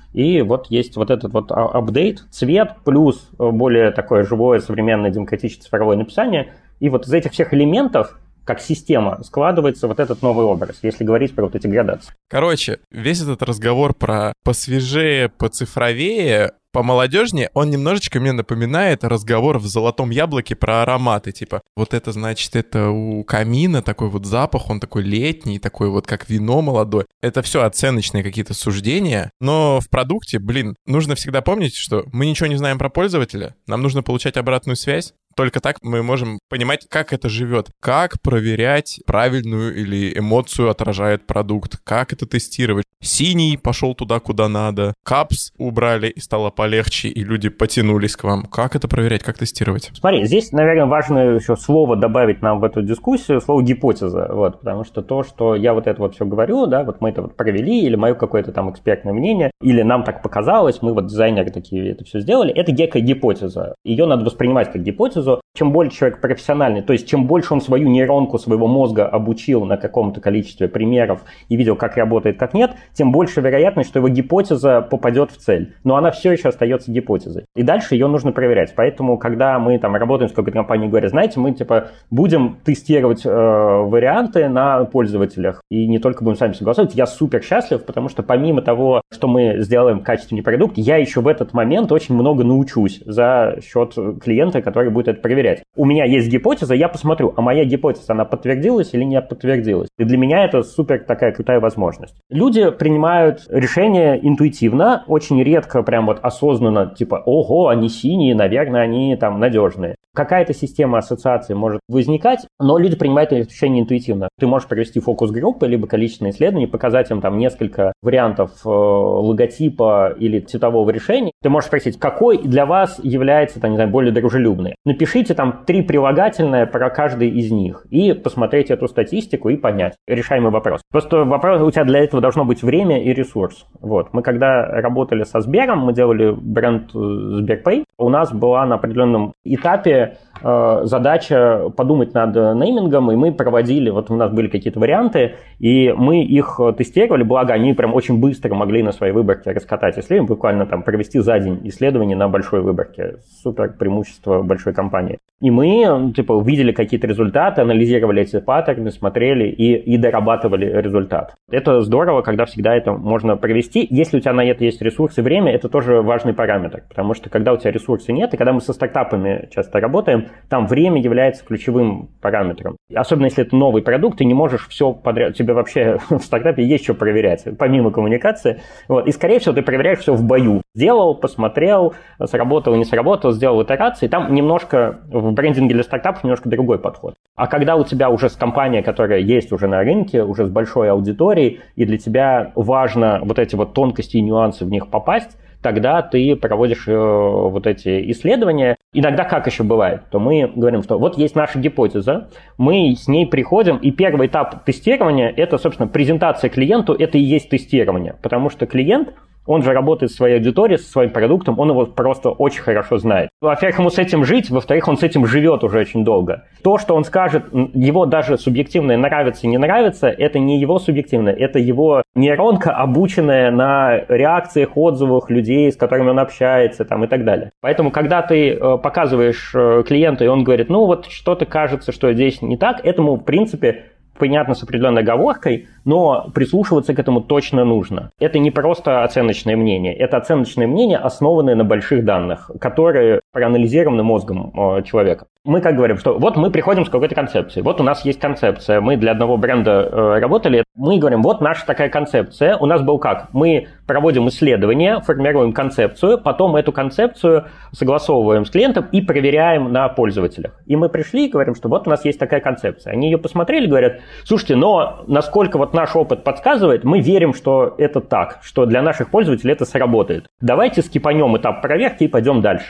И вот есть вот этот вот апдейт, цвет, плюс более такое живое, современное, демократическое цифровое написание. И вот из этих всех элементов, как система, складывается вот этот новый образ, если говорить про вот эти градации. Короче, весь этот разговор про посвежее, поцифровее, помолодежнее, он немножечко мне напоминает разговор в «Золотом яблоке» про ароматы. Типа, вот это, значит, это у камина такой вот запах, он такой летний, такой вот как вино молодое. Это все оценочные какие-то суждения, но в продукте, блин, нужно всегда помнить, что мы ничего не знаем про пользователя, нам нужно получать обратную связь. Только так мы можем понимать, как это живет, как проверять правильную или эмоцию отражает продукт, как это тестировать. Синий пошел туда, куда надо, капс убрали и стало полегче, и люди потянулись к вам. Как это проверять, как тестировать? Смотри, здесь, наверное, важно еще слово добавить нам в эту дискуссию, слово гипотеза, вот, потому что то, что я вот это вот все говорю, да, вот мы это вот провели, или мое какое-то там экспертное мнение, или нам так показалось, мы вот дизайнеры такие это все сделали, это некая гипотеза. Ее надо воспринимать как гипотезу. Чем больше человек профессиональный, то есть чем больше он свою нейронку своего мозга обучил на каком-то количестве примеров и видел, как работает, как нет, тем больше вероятность, что его гипотеза попадет в цель. Но она все еще остается гипотезой. И дальше ее нужно проверять. Поэтому, когда мы там работаем с какой-то компанией и говорят, знаете, мы типа будем тестировать э, варианты на пользователях и не только будем сами согласовывать, я супер счастлив, потому что помимо того, что мы сделаем качественный продукт, я еще в этот момент очень много научусь за счет клиента, который будет это проверять. У меня есть гипотеза, я посмотрю, а моя гипотеза, она подтвердилась или не подтвердилась. И для меня это супер такая крутая возможность. Люди принимают решения интуитивно, очень редко прям вот осознанно, типа, ого, они синие, наверное, они там надежные. Какая-то система ассоциаций может возникать, но люди принимают это решение интуитивно. Ты можешь провести фокус-группы, либо количественные исследования, показать им там несколько вариантов э, логотипа или цветового решения. Ты можешь спросить, какой для вас является, там, не знаю, более дружелюбный. Напишите там три прилагательные про каждый из них и посмотреть эту статистику и понять решаемый вопрос. Просто вопрос, у тебя для этого должно быть время и ресурс. Вот. Мы когда работали со Сбером, мы делали бренд Сберпэй, у нас была на определенном этапе э, задача подумать над неймингом, и мы проводили, вот у нас были какие-то варианты, и мы их тестировали, благо они прям очень быстро могли на своей выборке раскатать исследование, буквально там провести за день исследование на большой выборке. Супер преимущество большой компании. И мы типа увидели какие-то результаты, анализировали эти паттерны, смотрели и, и дорабатывали результат. Это здорово, когда всегда это можно провести. Если у тебя на это есть ресурсы и время, это тоже важный параметр, потому что когда у тебя ресурсов нет, и когда мы со стартапами часто работаем, там время является ключевым параметром. Особенно если это новый продукт, ты не можешь все подряд, тебе вообще в стартапе есть что проверять, помимо коммуникации. Вот. И, скорее всего, ты проверяешь все в бою. Сделал, посмотрел, сработало, не сработало, сделал итерации. Там немножко в брендинге для стартапов немножко другой подход. А когда у тебя уже компания, которая есть уже на рынке, уже с большой аудиторией, и для тебя важно вот эти вот тонкости и нюансы в них попасть, тогда ты проводишь э, вот эти исследования. Иногда как еще бывает, то мы говорим, что вот есть наша гипотеза, мы с ней приходим, и первый этап тестирования – это, собственно, презентация клиенту, это и есть тестирование, потому что клиент, он же работает в своей аудитории, со своим продуктом, он его просто очень хорошо знает. Во-первых, ему с этим жить, во-вторых, он с этим живет уже очень долго. То, что он скажет, его даже субъективное нравится и не нравится, это не его субъективное, это его нейронка, обученная на реакциях, отзывах людей, с которыми он общается там, и так далее. Поэтому, когда ты э, показываешь э, клиенту, и он говорит, ну вот что-то кажется, что здесь не так, этому, в принципе, понятно, с определенной оговоркой, но прислушиваться к этому точно нужно. Это не просто оценочное мнение, это оценочное мнение, основанное на больших данных, которые проанализированы мозгом э, человека. Мы как говорим, что вот мы приходим с какой-то концепцией, вот у нас есть концепция, мы для одного бренда э, работали, мы говорим, вот наша такая концепция, у нас был как? Мы проводим исследование, формируем концепцию, потом эту концепцию согласовываем с клиентом и проверяем на пользователях. И мы пришли и говорим, что вот у нас есть такая концепция. Они ее посмотрели и говорят, слушайте, но насколько вот наш опыт подсказывает, мы верим, что это так, что для наших пользователей это сработает. Давайте скипанем этап проверки и пойдем дальше. И там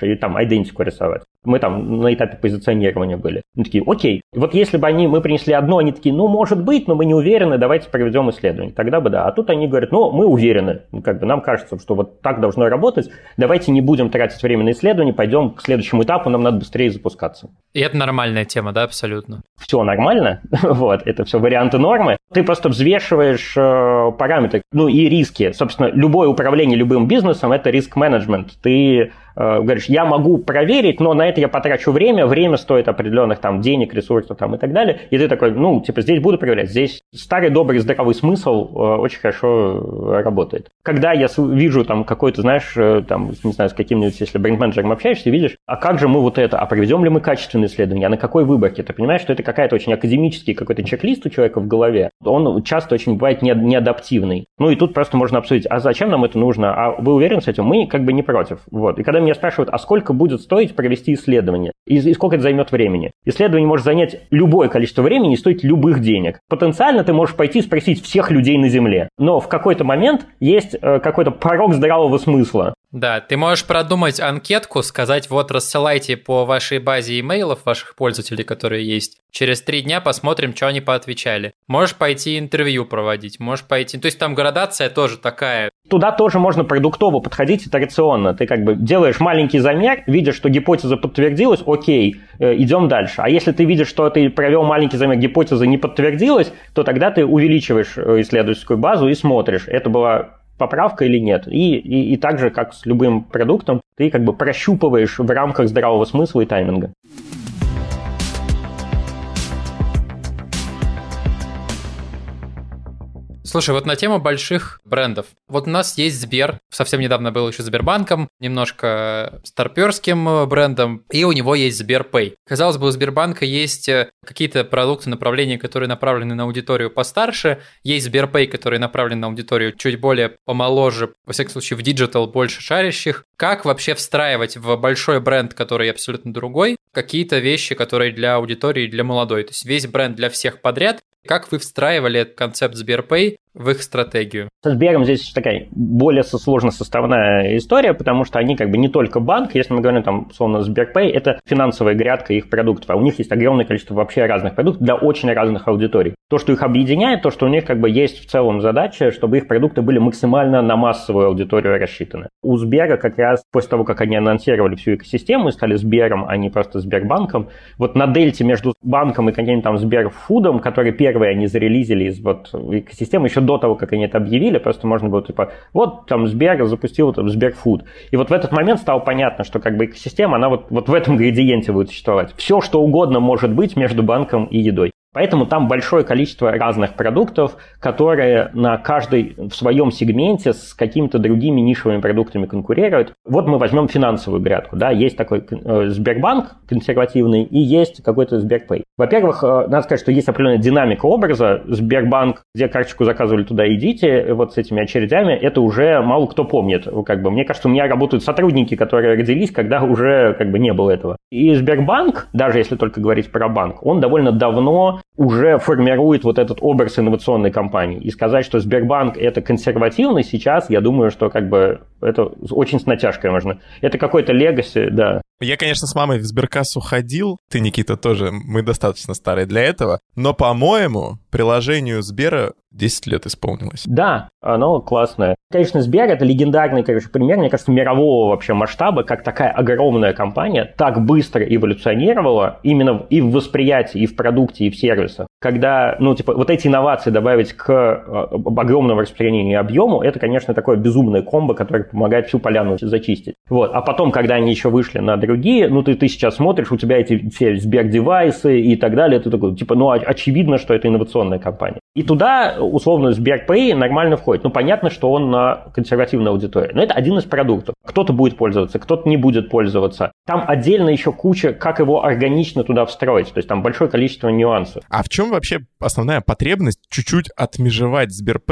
идентику рисовать. Мы там на этапе позиционирования были. Мы такие, окей, вот если бы они, мы принесли одно, они такие, ну, может быть, но мы не уверены, давайте проведем исследование. Тогда бы да. А тут они говорят, ну, мы уверены, как бы нам кажется, что вот так должно работать, давайте не будем тратить время на исследование, пойдем к следующему этапу, нам надо быстрее запускаться. И это нормальная тема, да, абсолютно? Все нормально, вот, это все варианты нормы. Ты просто взвешиваешь э, параметры, ну и риски. Собственно, любое управление любым бизнесом – это риск-менеджмент. Ты говоришь, я могу проверить, но на это я потрачу время, время стоит определенных там денег, ресурсов там и так далее, и ты такой, ну, типа, здесь буду проверять, здесь старый добрый здравый смысл э, очень хорошо работает. Когда я вижу там какой-то, знаешь, там, не знаю, с каким-нибудь, если бренд-менеджером общаешься, видишь, а как же мы вот это, а проведем ли мы качественное исследование, а на какой выборке? Ты понимаешь, что это какая-то очень академический какой-то чек-лист у человека в голове, он часто очень бывает не, неадаптивный. Ну и тут просто можно обсудить, а зачем нам это нужно, а вы уверены с этим? Мы как бы не против. Вот. И когда меня спрашивают, а сколько будет стоить провести исследование? И, и сколько это займет времени? Исследование может занять любое количество времени и стоить любых денег. Потенциально ты можешь пойти спросить всех людей на Земле. Но в какой-то момент есть э, какой-то порог здравого смысла. Да, ты можешь продумать анкетку, сказать, вот рассылайте по вашей базе имейлов ваших пользователей, которые есть. Через три дня посмотрим, что они поотвечали. Можешь пойти интервью проводить, можешь пойти... То есть там градация тоже такая. Туда тоже можно продуктово подходить итерационно. Ты как бы делаешь маленький замер, видишь, что гипотеза подтвердилась, окей, идем дальше. А если ты видишь, что ты провел маленький замер, гипотеза не подтвердилась, то тогда ты увеличиваешь исследовательскую базу и смотришь, это была поправка или нет. И, и, и так же, как с любым продуктом, ты как бы прощупываешь в рамках здравого смысла и тайминга. Слушай, вот на тему больших брендов. Вот у нас есть Сбер, совсем недавно был еще Сбербанком, немножко старперским брендом, и у него есть Сберпэй. Казалось бы, у Сбербанка есть какие-то продукты, направления, которые направлены на аудиторию постарше, есть Сберпэй, который направлен на аудиторию чуть более помоложе, во всяком случае в диджитал больше шарящих. Как вообще встраивать в большой бренд, который абсолютно другой, какие-то вещи, которые для аудитории, для молодой? То есть весь бренд для всех подряд. Как вы встраивали этот концепт Сберпэй в их стратегию? Со Сбером здесь такая более сложно составная история, потому что они как бы не только банк, если мы говорим там, условно, Сберпэй, это финансовая грядка их продуктов, а у них есть огромное количество вообще разных продуктов для очень разных аудиторий. То, что их объединяет, то, что у них как бы есть в целом задача, чтобы их продукты были максимально на массовую аудиторию рассчитаны. У Сбера как раз после того, как они анонсировали всю экосистему и стали Сбером, а не просто Сбербанком, вот на дельте между банком и каким-то там Сберфудом, который первые они зарелизили из вот экосистемы, еще до того, как они это объявили, просто можно было типа, вот там Сбер запустил там Сберфуд. И вот в этот момент стало понятно, что как бы экосистема, она вот, вот в этом градиенте будет существовать. Все, что угодно может быть между банком и едой. Поэтому там большое количество разных продуктов, которые на каждой в своем сегменте с какими-то другими нишевыми продуктами конкурируют. Вот мы возьмем финансовую грядку. Да? Есть такой э, Сбербанк консервативный и есть какой-то Сберпэй. Во-первых, э, надо сказать, что есть определенная динамика образа. Сбербанк, где карточку заказывали, туда идите, вот с этими очередями, это уже мало кто помнит. Как бы. Мне кажется, у меня работают сотрудники, которые родились, когда уже как бы не было этого. И Сбербанк, даже если только говорить про банк, он довольно давно уже формирует вот этот образ инновационной компании. И сказать, что Сбербанк это консервативный сейчас, я думаю, что как бы это очень с натяжкой можно. Это какой-то легаси, да. Я, конечно, с мамой в сберкассу ходил. Ты, Никита, тоже. Мы достаточно старые для этого. Но, по-моему, приложению Сбера десять лет исполнилось. Да, оно классное. Конечно, Сбер — это легендарный, короче, пример, мне кажется, мирового вообще масштаба, как такая огромная компания так быстро эволюционировала именно и в восприятии, и в продукте, и в сервисах. Когда, ну, типа, вот эти инновации добавить к огромному распространению и объему, это, конечно, такое безумное комбо, которое помогает всю поляну зачистить. Вот. А потом, когда они еще вышли на другие, ну, ты, ты сейчас смотришь, у тебя эти все Сбер-девайсы и так далее, ты такой, типа, ну, очевидно, что это инновационная компания. И туда, условно, Сберпэй нормально входит. Ну, понятно, что он на консервативную аудиторию. Но это один из продуктов. Кто-то будет пользоваться, кто-то не будет пользоваться. Там отдельно еще куча, как его органично туда встроить. То есть там большое количество нюансов. А в чем вообще основная потребность чуть-чуть отмежевать Сберпэй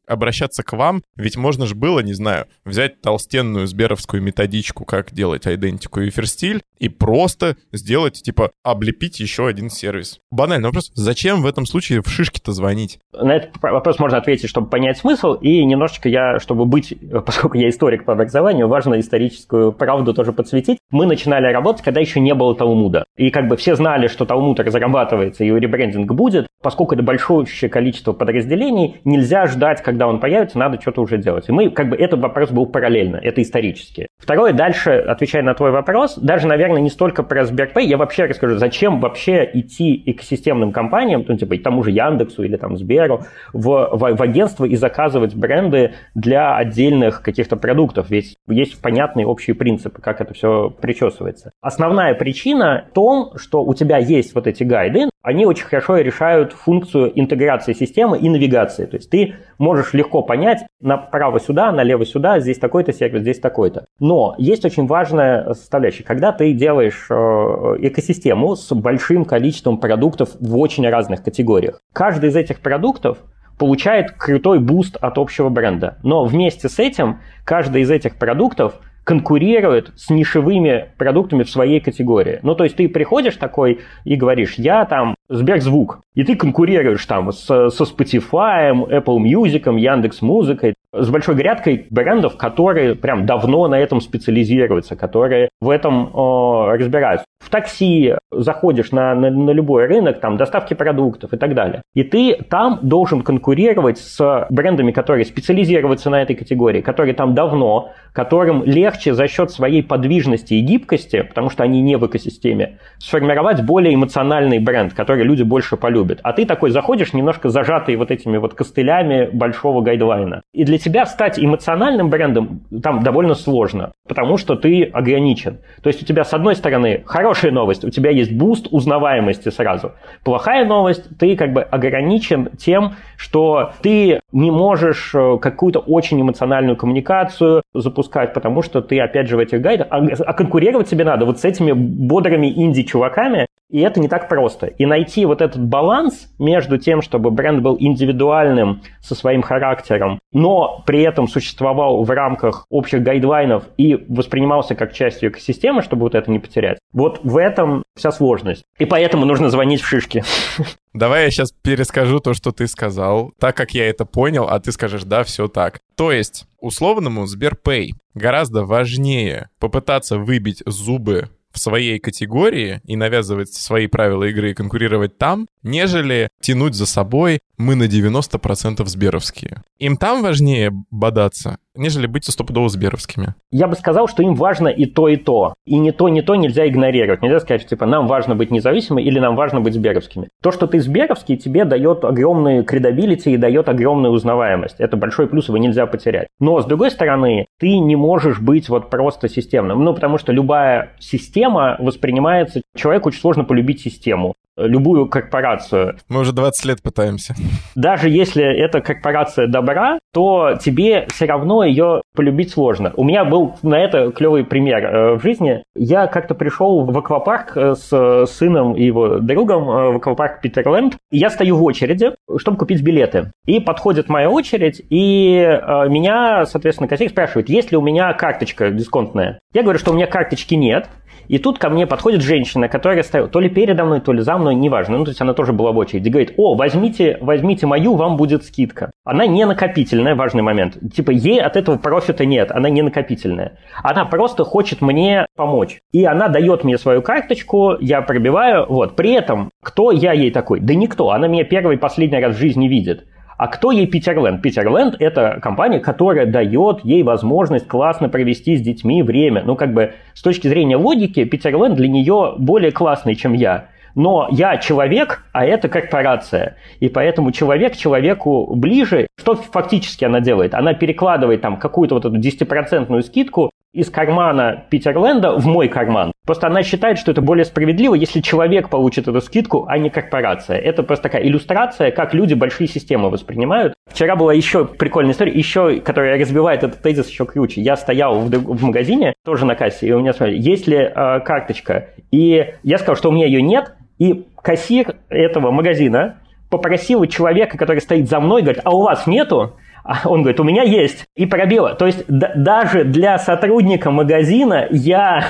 обращаться к вам, ведь можно же было, не знаю, взять толстенную сберовскую методичку, как делать идентику и ферстиль, и просто сделать, типа, облепить еще один сервис. Банальный вопрос. Зачем в этом случае в шишки-то звонить? На этот вопрос можно ответить, чтобы понять смысл, и немножечко я, чтобы быть, поскольку я историк по образованию, важно историческую правду тоже подсветить. Мы начинали работать, когда еще не было Талмуда. И как бы все знали, что Талмуд разрабатывается и ребрендинг будет. Поскольку это большое количество подразделений, нельзя ждать, когда он появится, надо что-то уже делать. И мы, как бы, этот вопрос был параллельно, это исторически. Второе, дальше, отвечая на твой вопрос, даже, наверное, не столько про Сберпэй, я вообще расскажу, зачем вообще идти экосистемным компаниям, ну, типа, и тому же Яндексу или там Сберу, в, в, в агентство и заказывать бренды для отдельных каких-то продуктов, ведь есть понятные общие принципы, как это все причесывается. Основная причина в том, что у тебя есть вот эти гайды, они очень хорошо решают функцию интеграции системы и навигации. То есть ты можешь легко понять, направо сюда, налево сюда, здесь такой-то сервис, здесь такой-то. Но есть очень важная составляющая. Когда ты делаешь экосистему с большим количеством продуктов в очень разных категориях, каждый из этих продуктов получает крутой буст от общего бренда. Но вместе с этим каждый из этих продуктов конкурирует с нишевыми продуктами в своей категории. Ну, то есть ты приходишь такой и говоришь, я там Сберзвук, и ты конкурируешь там с, со Spotify, Apple Music, Яндекс.Музыкой, с большой грядкой брендов, которые прям давно на этом специализируются, которые в этом о, разбираются. В такси заходишь на, на, на любой рынок, там, доставки продуктов и так далее. И ты там должен конкурировать с брендами, которые специализируются на этой категории, которые там давно, которым легче за счет своей подвижности и гибкости, потому что они не в экосистеме, сформировать более эмоциональный бренд, который люди больше полюбят. А ты такой заходишь, немножко зажатый вот этими вот костылями большого гайдлайна. И для тебя стать эмоциональным брендом там довольно сложно, потому что ты ограничен. То есть у тебя, с одной стороны, хорошая новость, у тебя есть буст узнаваемости сразу. Плохая новость, ты как бы ограничен тем, что ты не можешь какую-то очень эмоциональную коммуникацию запускать, потому что ты, опять же, в этих гайдах, а, а конкурировать тебе надо вот с этими бодрыми инди-чуваками, и это не так просто. И найти вот этот баланс между тем, чтобы бренд был индивидуальным со своим характером, но при этом существовал в рамках общих гайдлайнов и воспринимался как частью экосистемы, чтобы вот это не потерять. Вот в этом вся сложность. И поэтому нужно звонить в шишки. Давай я сейчас перескажу то, что ты сказал, так как я это понял, а ты скажешь, да, все так. То есть условному Сберпэй гораздо важнее попытаться выбить зубы в своей категории и навязывать свои правила игры и конкурировать там, нежели тянуть за собой мы на девяносто процентов сберовские. Им там важнее бодаться, нежели быть стопудово сберовскими. Я бы сказал, что им важно и то, и то. И ни то, ни то нельзя игнорировать. Нельзя сказать, что типа нам важно быть независимыми или нам важно быть сберовскими. То, что ты сберовский, тебе дает огромную кредабилити и дает огромную узнаваемость. Это большой плюс, его нельзя потерять. Но, с другой стороны, ты не можешь быть вот просто системным. Ну, потому что любая система воспринимается... Человеку очень сложно полюбить систему. Любую корпорацию. Мы уже двадцать лет пытаемся. Даже если эта корпорация добра, то тебе все равно ее полюбить сложно. У меня был на это клевый пример э, в жизни. Я как-то пришел в аквапарк с сыном и его другом, э, в аквапарк Питерленд, и я стою в очереди, чтобы купить билеты. И подходит моя очередь, и э, меня, соответственно, кассир спрашивает, есть ли у меня карточка дисконтная. Я говорю, что у меня карточки нет. И тут ко мне подходит женщина, которая стояла то ли передо мной, то ли за мной, неважно. Ну, то есть она тоже была в очереди. Говорит, о, возьмите, возьмите мою, вам будет скидка. Она не накопительная, важный момент. Типа ей от этого профита нет, она не накопительная. Она просто хочет мне помочь. И она дает мне свою карточку, я пробиваю. Вот. При этом, кто я ей такой? Да никто. Она меня первый и последний раз в жизни видит. А кто ей Питерленд? Питерленд – это компания, которая дает ей возможность классно провести с детьми время. Ну, как бы, с точки зрения логики, Питерленд для нее более классный, чем я. Но я человек, а это корпорация. И поэтому человек человеку ближе. Что фактически она делает? Она перекладывает там какую-то вот эту десятипроцентную скидку из кармана Питерленда в мой карман. Просто она считает, что это более справедливо, если человек получит эту скидку, а не корпорация. Это просто такая иллюстрация, как люди большие системы воспринимают. Вчера была еще прикольная история, еще, которая разбивает этот тезис еще круче. Я стоял в, в магазине, тоже на кассе, и у меня, смотрели, есть ли э, карточка. И я сказал, что у меня ее нет, и кассир этого магазина попросил человека, который стоит за мной, говорит, а у вас нету? А он говорит, у меня есть. И пробило. То есть д- даже для сотрудника магазина я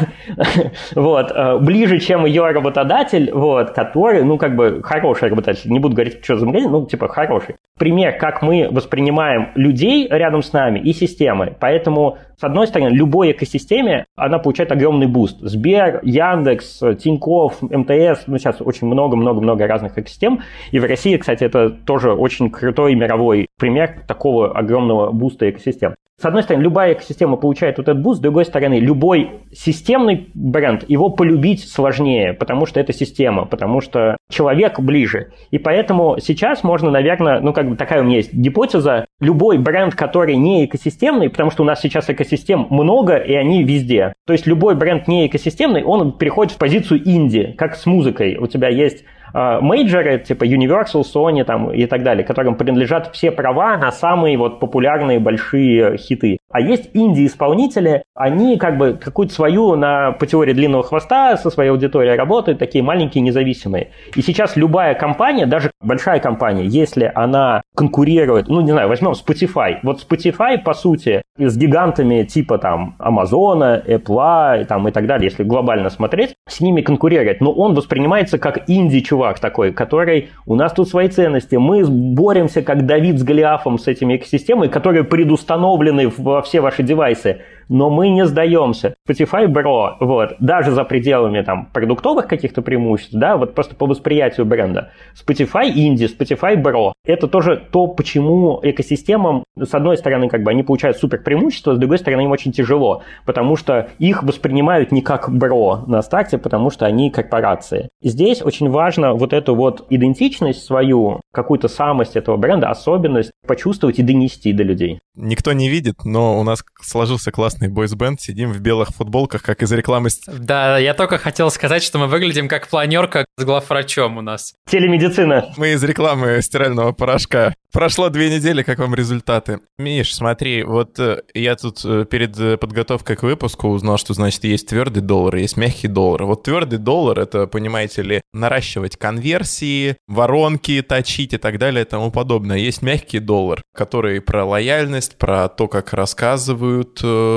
вот, ближе, чем ее работодатель, вот, который, ну, как бы, хороший работодатель. Не буду говорить, что за магазин, ну, типа, хороший. Пример, как мы воспринимаем людей рядом с нами и системы. Поэтому, с одной стороны, любой экосистеме она получает огромный буст. Сбер, Яндекс, Тинькофф, МТС, ну, сейчас очень много-много-много разных экосистем. И в России, кстати, это тоже очень крутой мировой пример такого огромного буста экосистем. С одной стороны, любая экосистема получает вот этот буст, с другой стороны, любой системный бренд, его полюбить сложнее, потому что это система, потому что человек ближе. И поэтому сейчас можно, наверное, ну, как бы такая у меня есть гипотеза, любой бренд, который не экосистемный, потому что у нас сейчас экосистем много, и они везде. То есть любой бренд не экосистемный, он переходит в позицию инди, как с музыкой. У тебя есть мейджоры, типа Universal, Sony там, и так далее, которым принадлежат все права на самые вот популярные большие хиты. А есть инди-исполнители, они как бы какую-то свою на, по теории длинного хвоста со своей аудиторией работают, такие маленькие, независимые. И сейчас любая компания, даже большая компания, если она конкурирует, ну, не знаю, возьмем Spotify. Вот Spotify, по сути, с гигантами типа там Amazon, Apple там, и так далее, если глобально смотреть, с ними конкурирует. Но он воспринимается как инди-чувак такой, который у нас тут свои ценности. Мы боремся, как Давид с Голиафом, с этими экосистемами, которые предустановлены во все ваши девайсы. Но мы не сдаемся. Spotify Bro, вот, даже за пределами там продуктовых каких-то преимуществ, да, вот просто по восприятию бренда. Spotify Indie, Spotify Bro. Это тоже то, почему экосистемам, с одной стороны, как бы они получают супер преимущество, с другой стороны, им очень тяжело, потому что их воспринимают не как Bro на старте, потому что они корпорации. Здесь очень важно вот эту вот идентичность свою, какую-то самость этого бренда, особенность почувствовать и донести до людей. Никто не видит, но у нас сложился классный бойсбенд, сидим в белых футболках, как из рекламы. Да, я только хотел сказать, что мы выглядим как планерка с главврачом у нас. Телемедицина. Мы из рекламы стирального порошка. Прошло две недели, как вам результаты? Миш, смотри, вот я тут перед подготовкой к выпуску узнал, что, значит, есть твердый доллар, есть мягкий доллар. Вот твердый доллар — это, понимаете ли, наращивать конверсии, воронки точить и так далее и тому подобное. Есть мягкий доллар, который про лояльность, про то, как рассказывают,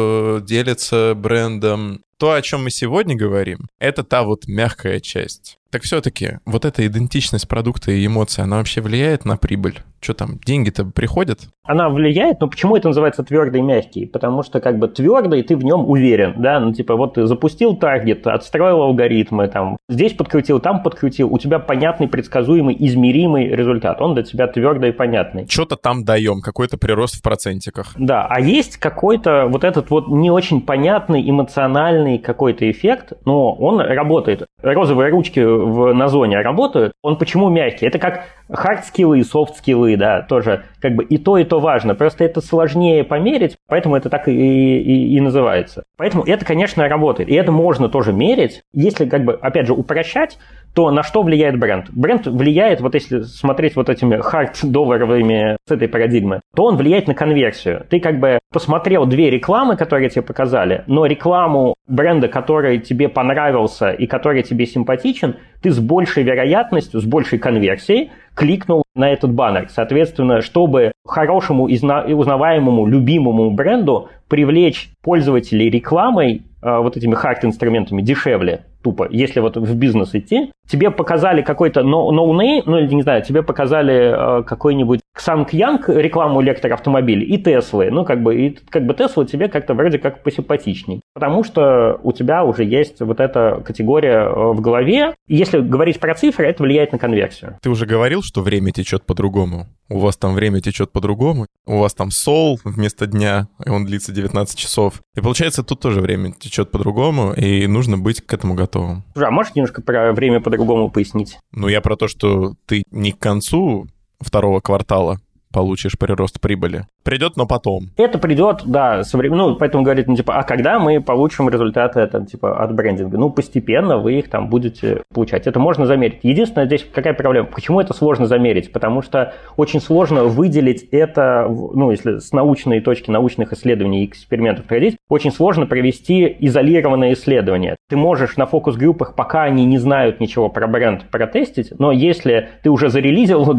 делятся брендом. То, о чем мы сегодня говорим, это та вот мягкая часть. Так все-таки вот эта идентичность продукта и эмоций, она вообще влияет на прибыль? Что там, деньги-то приходят? Она влияет, но почему это называется твердый и мягкий? Потому что как бы твердый, ты в нем уверен, да, ну типа вот ты запустил таргет, отстроил алгоритмы, там, здесь подкрутил, там подкрутил, у тебя понятный, предсказуемый, измеримый результат, он для тебя твердый и понятный. Что-то там даем, какой-то прирост в процентиках. Да, а есть какой-то вот этот вот не очень понятный, эмоциональный какой-то эффект, но он работает. Розовые ручки в, на зоне работают, он почему мягкий? Это как хард-скиллы и софт-скиллы, да, тоже как бы и то, и то важно. Просто это сложнее померить, поэтому это так и, и, и называется. Поэтому это, конечно, работает. И это можно тоже мерить. Если, как бы, опять же, упрощать, то на что влияет бренд? Бренд влияет, вот если смотреть вот этими хард-долларовыми с этой парадигмы, то он влияет на конверсию. Ты как бы посмотрел две рекламы, которые тебе показали, но рекламу бренда, который тебе понравился и который тебе симпатичен, ты с большей вероятностью, с большей конверсией кликнул на этот баннер. Соответственно, чтобы хорошему и узнаваемому, любимому бренду привлечь пользователей рекламой, вот этими хард-инструментами дешевле, тупо, если вот в бизнес идти, тебе показали какой-то no-name, ну, или не знаю, тебе показали э, какой-нибудь Ксанг-Янг рекламу электроавтомобилей и Теслы, ну, как бы, и как бы Тесла тебе как-то вроде как посимпатичней, потому что у тебя уже есть вот эта категория в голове, и если говорить про цифры, это влияет на конверсию. Ты уже говорил, что время течет по-другому? У вас там время течет по-другому? У вас там сол вместо дня, и он длится девятнадцать часов. И получается, тут тоже время течет по-другому, и нужно быть к этому готовым. А можешь немножко про время по-другому пояснить? Ну, я про то, что ты не к концу второго квартала получишь прирост прибыли. Придет, но потом. Это придет, да, со временем, ну, поэтому говорит, ну, типа, а когда мы получим результаты там, типа, от брендинга? Ну, постепенно вы их там будете получать. Это можно замерить. Единственное, здесь какая проблема? Почему это сложно замерить? Потому что очень сложно выделить это, ну, если с научной точки, научных исследований и экспериментов проводить, очень сложно провести изолированное исследование. Ты можешь на фокус-группах, пока они не знают ничего про бренд, протестить, но если ты уже зарелизил логотип,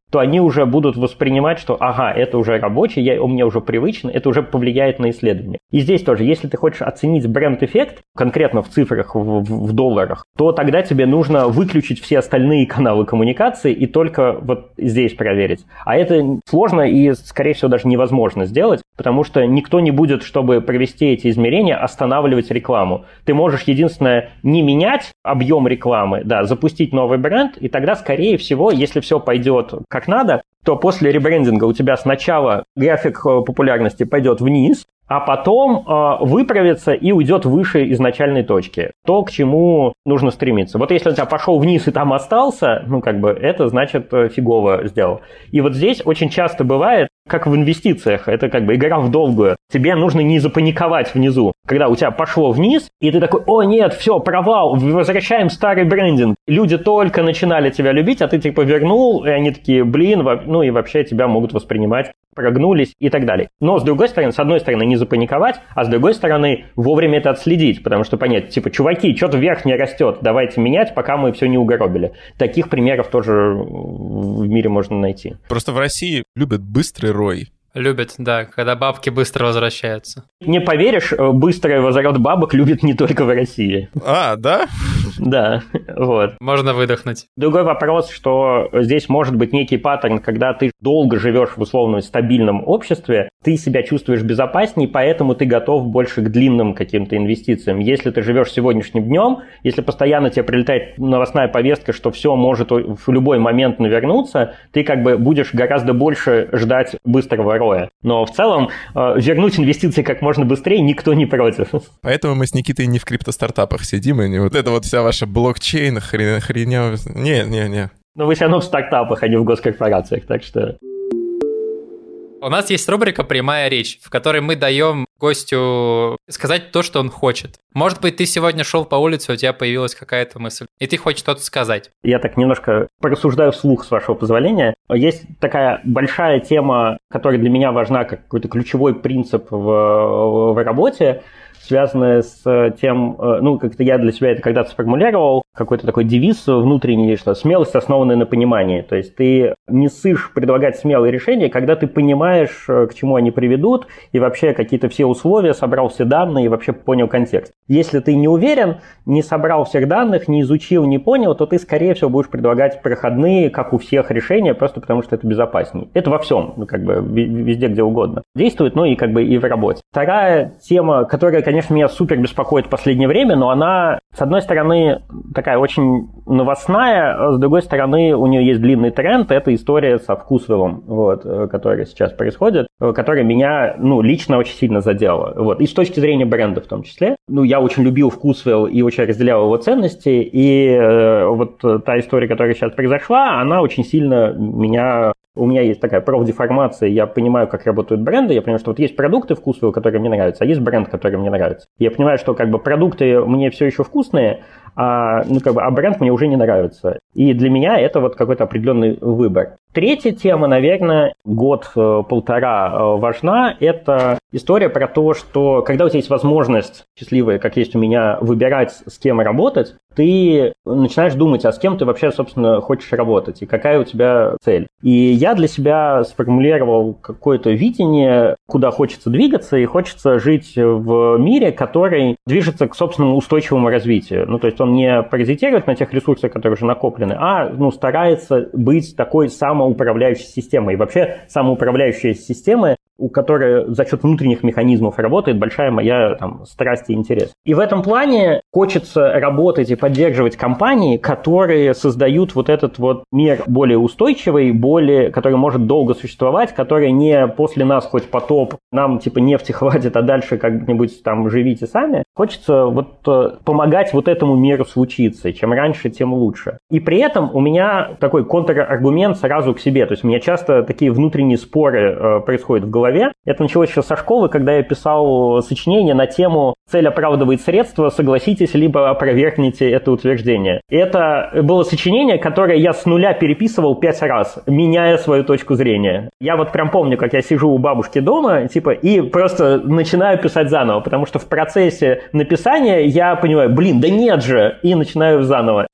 то они уже будут воспринимать, что ага, это уже рабочий, я, он мне уже привычен, это уже повлияет на исследование. И здесь тоже, если ты хочешь оценить бренд-эффект, конкретно в цифрах, в, в, в долларах, то тогда тебе нужно выключить все остальные каналы коммуникации и только вот здесь проверить. А это сложно и, скорее всего, даже невозможно сделать, потому что никто не будет, чтобы провести эти измерения, останавливать рекламу. Ты можешь, единственное, не менять объем рекламы, да, запустить новый бренд, и тогда, скорее всего, если все пойдет как надо, то после ребрендинга у тебя сначала график популярности пойдет вниз, а потом э, выправится и уйдет выше изначальной точки. То, к чему нужно стремиться. Вот если у тебя пошел вниз и там остался, ну, как бы, это значит фигово сделал. И вот здесь очень часто бывает, как в инвестициях, это как бы игра в долгую. Тебе нужно не запаниковать внизу. Когда у тебя пошло вниз, и ты такой, о нет, все, провал, возвращаем старый брендинг. Люди только начинали тебя любить, а ты типа вернул, и они такие, блин, ну и вообще тебя могут воспринимать, прогнулись и так далее. Но с другой стороны, с одной стороны, не запаниковать, а с другой стороны, вовремя это отследить, потому что понять, типа, чуваки, что-то вверх не растет, давайте менять, пока мы все не угробили. Таких примеров тоже в мире можно найти. Просто в России любят быстрый рой. Любят, да, когда бабки быстро возвращаются. Не поверишь, быстрый возврат бабок любят не только в России. А, да? Да, вот. Можно выдохнуть. Другой вопрос, что здесь может быть некий паттерн, когда ты долго живешь в условно стабильном обществе, ты себя чувствуешь безопаснее, поэтому ты готов больше к длинным каким-то инвестициям. Если ты живешь сегодняшним днем, если постоянно тебе прилетает новостная повестка, что все может в любой момент навернуться, ты как бы будешь гораздо больше ждать быстрого роя. Но в целом э, вернуть инвестиции как можно быстрее никто не против. Поэтому мы с Никитой не в криптостартапах сидим, и не вот это вот вся ваша блокчейн, хрен, хренёв... Не, не, не. Но вы все равно в стартапах, а не в госкорпорациях, так что... У нас есть рубрика «Прямая речь», в которой мы даем гостю сказать то, что он хочет. Может быть, ты сегодня шел по улице, у тебя появилась какая-то мысль, и ты хочешь что-то сказать. Я так немножко порассуждаю вслух, с вашего позволения. Есть такая большая тема, которая для меня важна как какой-то ключевой принцип в, в работе, связанная с тем, ну, как-то я для себя это когда-то сформулировал, какой-то такой девиз внутренний, что смелость, основанная на понимании. То есть ты не ссышь предлагать смелые решения, когда ты понимаешь, к чему они приведут, и вообще какие-то все условия, собрал все данные и вообще понял контекст. Если ты не уверен, не собрал всех данных, не изучил, не понял, то ты, скорее всего, будешь предлагать проходные, как у всех, решения, просто потому что это безопаснее. Это во всем, ну, как бы везде, где угодно действует, ну и как бы и в работе. Вторая тема, которая, конечно, Конечно, меня супер беспокоит в последнее время, но она, с одной стороны, такая очень новостная, а с другой стороны, у нее есть длинный тренд, это история со Вкусвиллом, вот, которая сейчас происходит, которая меня, ну, лично очень сильно задела, вот, и с точки зрения бренда в том числе. Ну, я очень любил Вкусвилл и очень разделял его ценности, и э, вот та история, которая сейчас произошла, она очень сильно меня... У меня есть такая профдеформация, я понимаю, как работают бренды, я понимаю, что вот есть продукты Вкусвилл, которые мне нравятся, а есть бренд, который мне нравится. Я понимаю, что как бы продукты мне все еще вкусные, а, ну, как бы, а бренд мне уже не нравится. И для меня это вот какой-то определенный выбор. Третья тема, наверное, год-полтора важна, это история про то, что когда у тебя есть возможность счастливая, как есть у меня, выбирать, с кем работать, ты начинаешь думать, а с кем ты вообще, собственно, хочешь работать, и какая у тебя цель. И я для себя сформулировал какое-то видение, куда хочется двигаться, и хочется жить в мире, который движется к собственному устойчивому развитию. Ну, то есть он не паразитирует на тех ресурсах, которые уже накоплены, а, ну, старается быть такой самоуправляющей системой. И вообще самоуправляющая система, у которой за счет внутренних механизмов работает, большая моя там страсть и интерес. И в этом плане хочется работать и поддерживать компании, которые создают вот этот вот мир более устойчивый, более, который может долго существовать, который не после нас хоть потоп, нам типа нефти хватит, а дальше как-нибудь там живите сами. Хочется вот помогать вот этому миру случиться. И чем раньше, тем лучше. И при этом у меня такой контраргумент сразу к себе. То есть у меня часто такие внутренние споры э, происходят в голове. Это началось еще со школы, когда я писал сочинение на тему «Цель оправдывает средства, согласитесь, либо опровергните это утверждение». И это было сочинение, которое я с нуля переписывал пять раз, меняя свою точку зрения. Я вот прям помню, как я сижу у бабушки дома, типа, и просто начинаю писать заново, потому что в процессе написания я понимаю, блин, да нет же, и начинаю заново.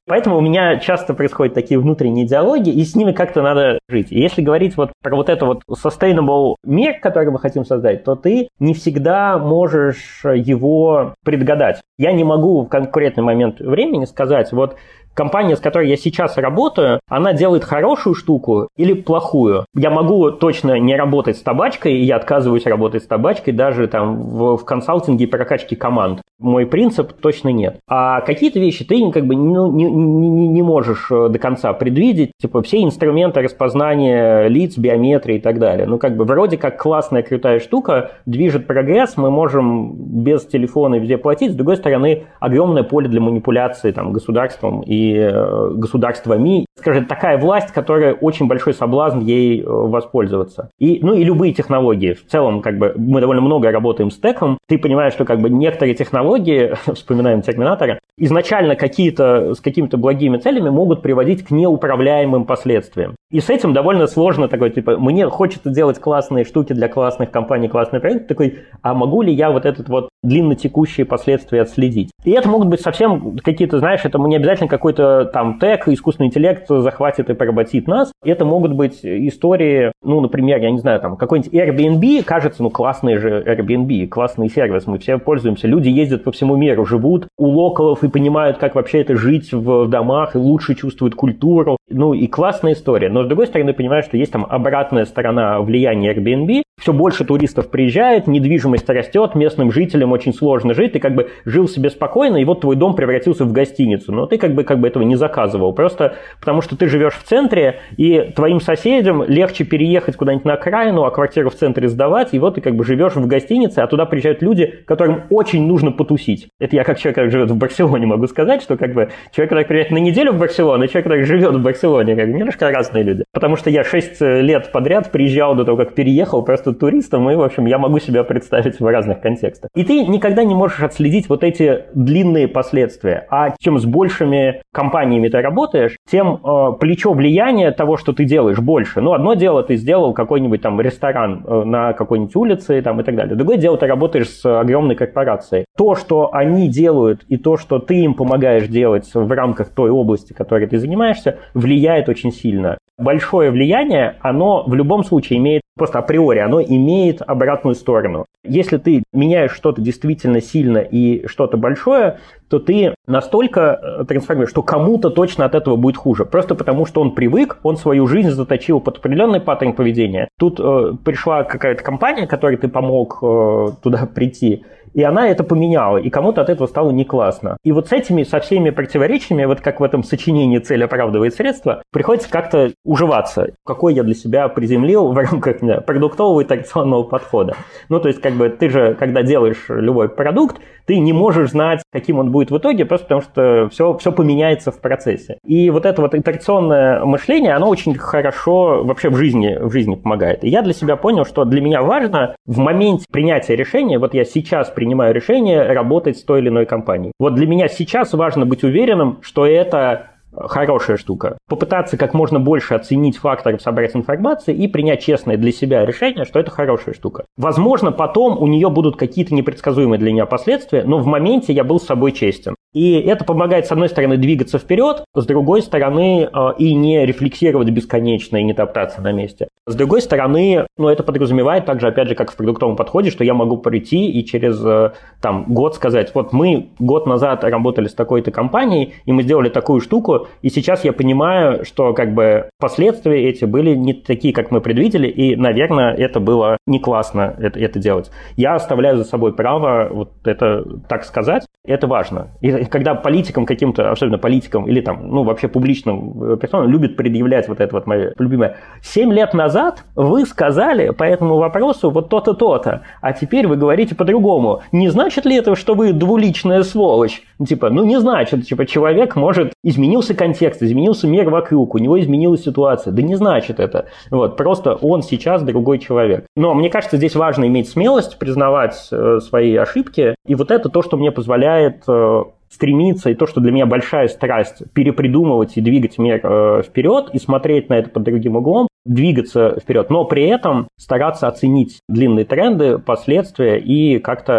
Поэтому у меня часто происходят такие внутренние диалоги, и с ними как-то надо жить. И если говорить вот про вот это вот sustainable мир, который мы хотим создать, то ты не всегда можешь его предугадать. Я не могу в конкретный момент времени сказать, вот компания, с которой я сейчас работаю, она делает хорошую штуку или плохую. Я могу точно не работать с табачкой, и я отказываюсь работать с табачкой даже там в, в консалтинге и прокачке команд. Мой принцип точно нет. А какие-то вещи ты как бы ну, не, не, не можешь до конца предвидеть. Типа все инструменты распознания лиц, биометрии и так далее. Ну как бы вроде как классная, крутая штука, движет прогресс, мы можем без телефона везде платить. С другой стороны, огромное поле для манипуляции там, государством и государствами. Скажем, такая власть, которая очень большой соблазн ей воспользоваться. И, ну и любые технологии. В целом, как бы, мы довольно много работаем с теком. Ты понимаешь, что как бы некоторые технологии, вспоминаем Терминатора, изначально какие-то, с какими-то благими целями могут приводить к неуправляемым последствиям. И с этим довольно сложно такой, типа, мне хочется делать классные штуки для классных компаний, классный проект, такой, а могу ли я вот этот вот длиннотекущие последствия отследить? И это могут быть совсем какие-то, знаешь, это не обязательно какой-то там тег, искусственный интеллект захватит и поработит нас. Это могут быть истории, ну, например, я не знаю, там, какой-нибудь Airbnb, кажется, ну, классный же Airbnb, классный сервис, мы все пользуемся, люди ездят по всему миру, живут у локалов и понимают, как вообще это жить в домах, и лучше чувствуют культуру, ну, и классная история. Но, с другой стороны, понимаешь, что есть там обратная сторона влияния Airbnb, все больше туристов приезжает, недвижимость растет, местным жителям очень сложно жить, ты как бы жил себе спокойно, и вот твой дом превратился в гостиницу, но ты как бы, как бы этого не заказывал, просто потому что ты живешь в центре, и твоим соседям легче переехать куда-нибудь на окраину, а квартиру в центре сдавать, и вот ты как бы живешь в гостинице, а туда приезжают люди, которым очень нужно потусить. Это я как человек, который живет в Барселоне, могу сказать, что как бы человек, который приезжает на неделю в Барселону, и человек, который живет в Барселоне, как бы немножко разные люди. Потому что я шесть лет подряд приезжал до того, как переехал, просто туристом, и, в общем, я могу себя представить в разных контекстах. И ты никогда не можешь отследить вот эти длинные последствия. А чем с большими компаниями ты работаешь, тем э, плечо влияния того, что ты делаешь, больше. Ну, одно дело, ты сделал какой-нибудь там ресторан э, на какой-нибудь улице там, и так далее. Другое дело, ты работаешь с огромной корпорацией. То, что они делают, и то, что ты им помогаешь делать в рамках той области, которой ты занимаешься, влияет очень сильно. Большое влияние, оно в любом случае имеет, просто априори, оно имеет обратную сторону. Если ты меняешь что-то действительно сильно и что-то большое, то ты настолько трансформируешь, что кому-то точно от этого будет хуже. Просто потому, что он привык, он свою жизнь заточил под определенный паттерн поведения. Тут э, пришла какая-то компания, которой ты помог э, туда прийти, и она это поменяла, и кому-то от этого стало не классно. И вот с этими, со всеми противоречиями, вот как в этом сочинении «Цель оправдывает средства», приходится как-то уживаться. Какой я для себя приземлил в рамках не знаю, продуктового и традиционного подхода. Ну, то есть, как бы, ты же, когда делаешь любой продукт, ты не можешь знать, каким он будет в итоге, просто потому что все, все поменяется в процессе. И вот это вот итерационное мышление, оно очень хорошо вообще в жизни, в жизни помогает. И я для себя понял, что для меня важно в моменте принятия решения, вот я сейчас принимаю решение работать с той или иной компанией. Вот для меня сейчас важно быть уверенным, что это хорошая штука. Попытаться как можно больше оценить факторов, собрать информации и принять честное для себя решение, что это хорошая штука. Возможно, потом у нее будут какие-то непредсказуемые для меня последствия, но в моменте я был с собой честен. И это помогает, с одной стороны, двигаться вперед, с другой стороны, и не рефлексировать бесконечно, и не топтаться на месте. С другой стороны, ну, это подразумевает также, опять же, как в продуктовом подходе, что я могу прийти и через там, год сказать, вот мы год назад работали с такой-то компанией, и мы сделали такую штуку, и сейчас я понимаю, что как бы последствия эти были не такие, как мы предвидели, и, наверное, это было не классно это, это делать. Я оставляю за собой право вот это так сказать, это важно. И когда политикам каким-то, особенно политикам или там, ну, вообще публичным персонам любят предъявлять вот это вот мое любимое. Семь лет назад вы сказали по этому вопросу вот то-то, то-то, а теперь вы говорите по-другому. Не значит ли это, что вы двуличная сволочь? Типа, ну, не значит. Типа, человек может... Изменился контекст, изменился мир вокруг, у него изменилась ситуация. Да не значит это. Вот, просто он сейчас другой человек. Но мне кажется, здесь важно иметь смелость, признавать э, свои ошибки. И вот это то, что мне позволяет... Э, стремиться, и то, что для меня большая страсть, перепридумывать и двигать мир э, вперед, и смотреть на это под другим углом, двигаться вперед, но при этом стараться оценить длинные тренды, последствия и как-то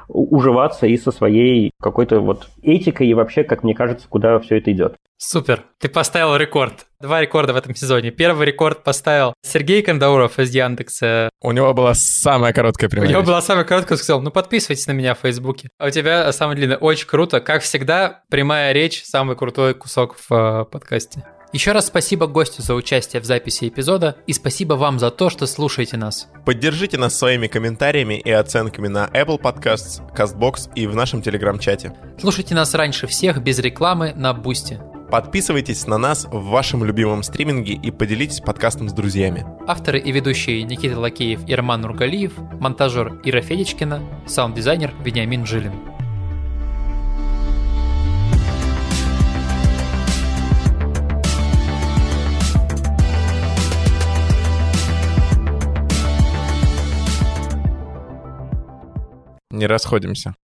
уживаться и со своей какой-то вот этикой, и вообще, как мне кажется, куда все это идет. Супер, ты поставил рекорд. Два рекорда в этом сезоне. Первый рекорд поставил Сергей Кандауров из Яндекса. У него была самая короткая прямая У него речь. была самая короткая, он сказал, ну подписывайтесь на меня в Фейсбуке. А у тебя самая длинная. Очень круто. Как всегда, прямая речь, самый крутой кусок в э, подкасте. Еще раз спасибо гостю за участие в записи эпизода и спасибо вам за то, что слушаете нас. Поддержите нас своими комментариями и оценками на Apple Podcasts, CastBox и в нашем Telegram-чате. Слушайте нас раньше всех без рекламы на Boosty. Подписывайтесь на нас в вашем любимом стриминге и поделитесь подкастом с друзьями. Авторы и ведущие Никита Лакеев и Роман Нургалиев, монтажер Ира Федечкина, саунд-дизайнер Вениамин Жилин. Не расходимся.